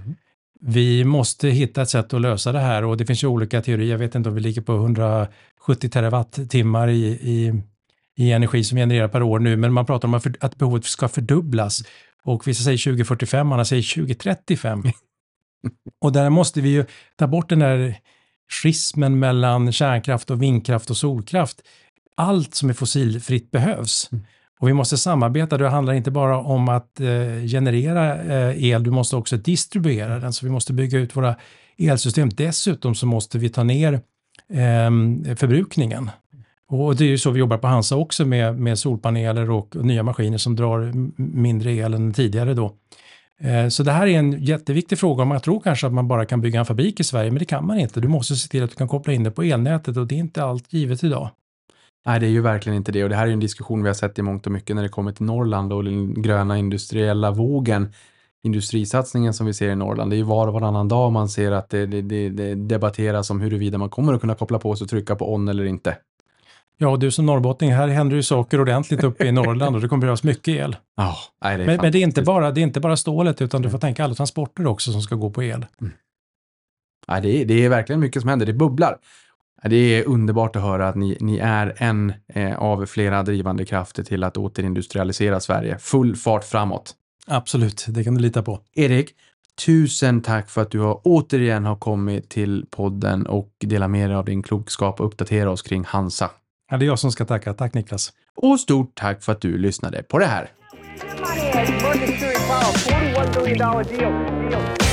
Vi måste hitta ett sätt att lösa det här och det finns ju olika teorier. Jag vet inte om vi ligger på 170 terawattimmar i energi som genererar per år nu, men man pratar om att behovet ska fördubblas och vissa säger 2045, andra säger 2035. Och där måste vi ju ta bort den där schismen mellan kärnkraft och vindkraft och solkraft. Allt som är fossilfritt behövs. Och vi måste samarbeta. Det handlar inte bara om att generera el, du måste också distribuera den. Så vi måste bygga ut våra elsystem. Dessutom så måste vi ta ner förbrukningen. Och det är ju så vi jobbar på Hansa också med solpaneler och nya maskiner som drar mindre el än tidigare då. Så det här är en jätteviktig fråga. Man tror kanske att man bara kan bygga en fabrik i Sverige, men det kan man inte. Du måste se till att du kan koppla in det på elnätet och det är inte allt givet idag. Nej, det är ju verkligen inte det. Och det här är en diskussion vi har sett i mångt och mycket när det kommer till Norrland och den gröna industriella vågen. Industrisatsningen som vi ser i Norrland. Det är ju var och varannan dag man ser att det debatteras om huruvida man kommer att kunna koppla på sig och trycka på on eller inte. Ja, och du som norrbottning, här händer ju saker ordentligt uppe i Norrland och det kommer behövas mycket el. Ja, nej, det är men det är inte bara stålet utan du får tänka alla transporter också som ska gå på el. Nej, det är verkligen mycket som händer. Det bubblar. Det är underbart att höra att ni är en av flera drivande krafter till att återindustrialisera Sverige. Full fart framåt. Absolut, det kan du lita på. Erik, tusen tack för att du återigen har kommit till podden och delat med dig av din klokskap och uppdatera oss kring Hansa. Ja, det är jag som ska tacka. Tack Niklas. Och stort tack för att du lyssnade på det här. Your money is Mercury Power, $41 billion deal.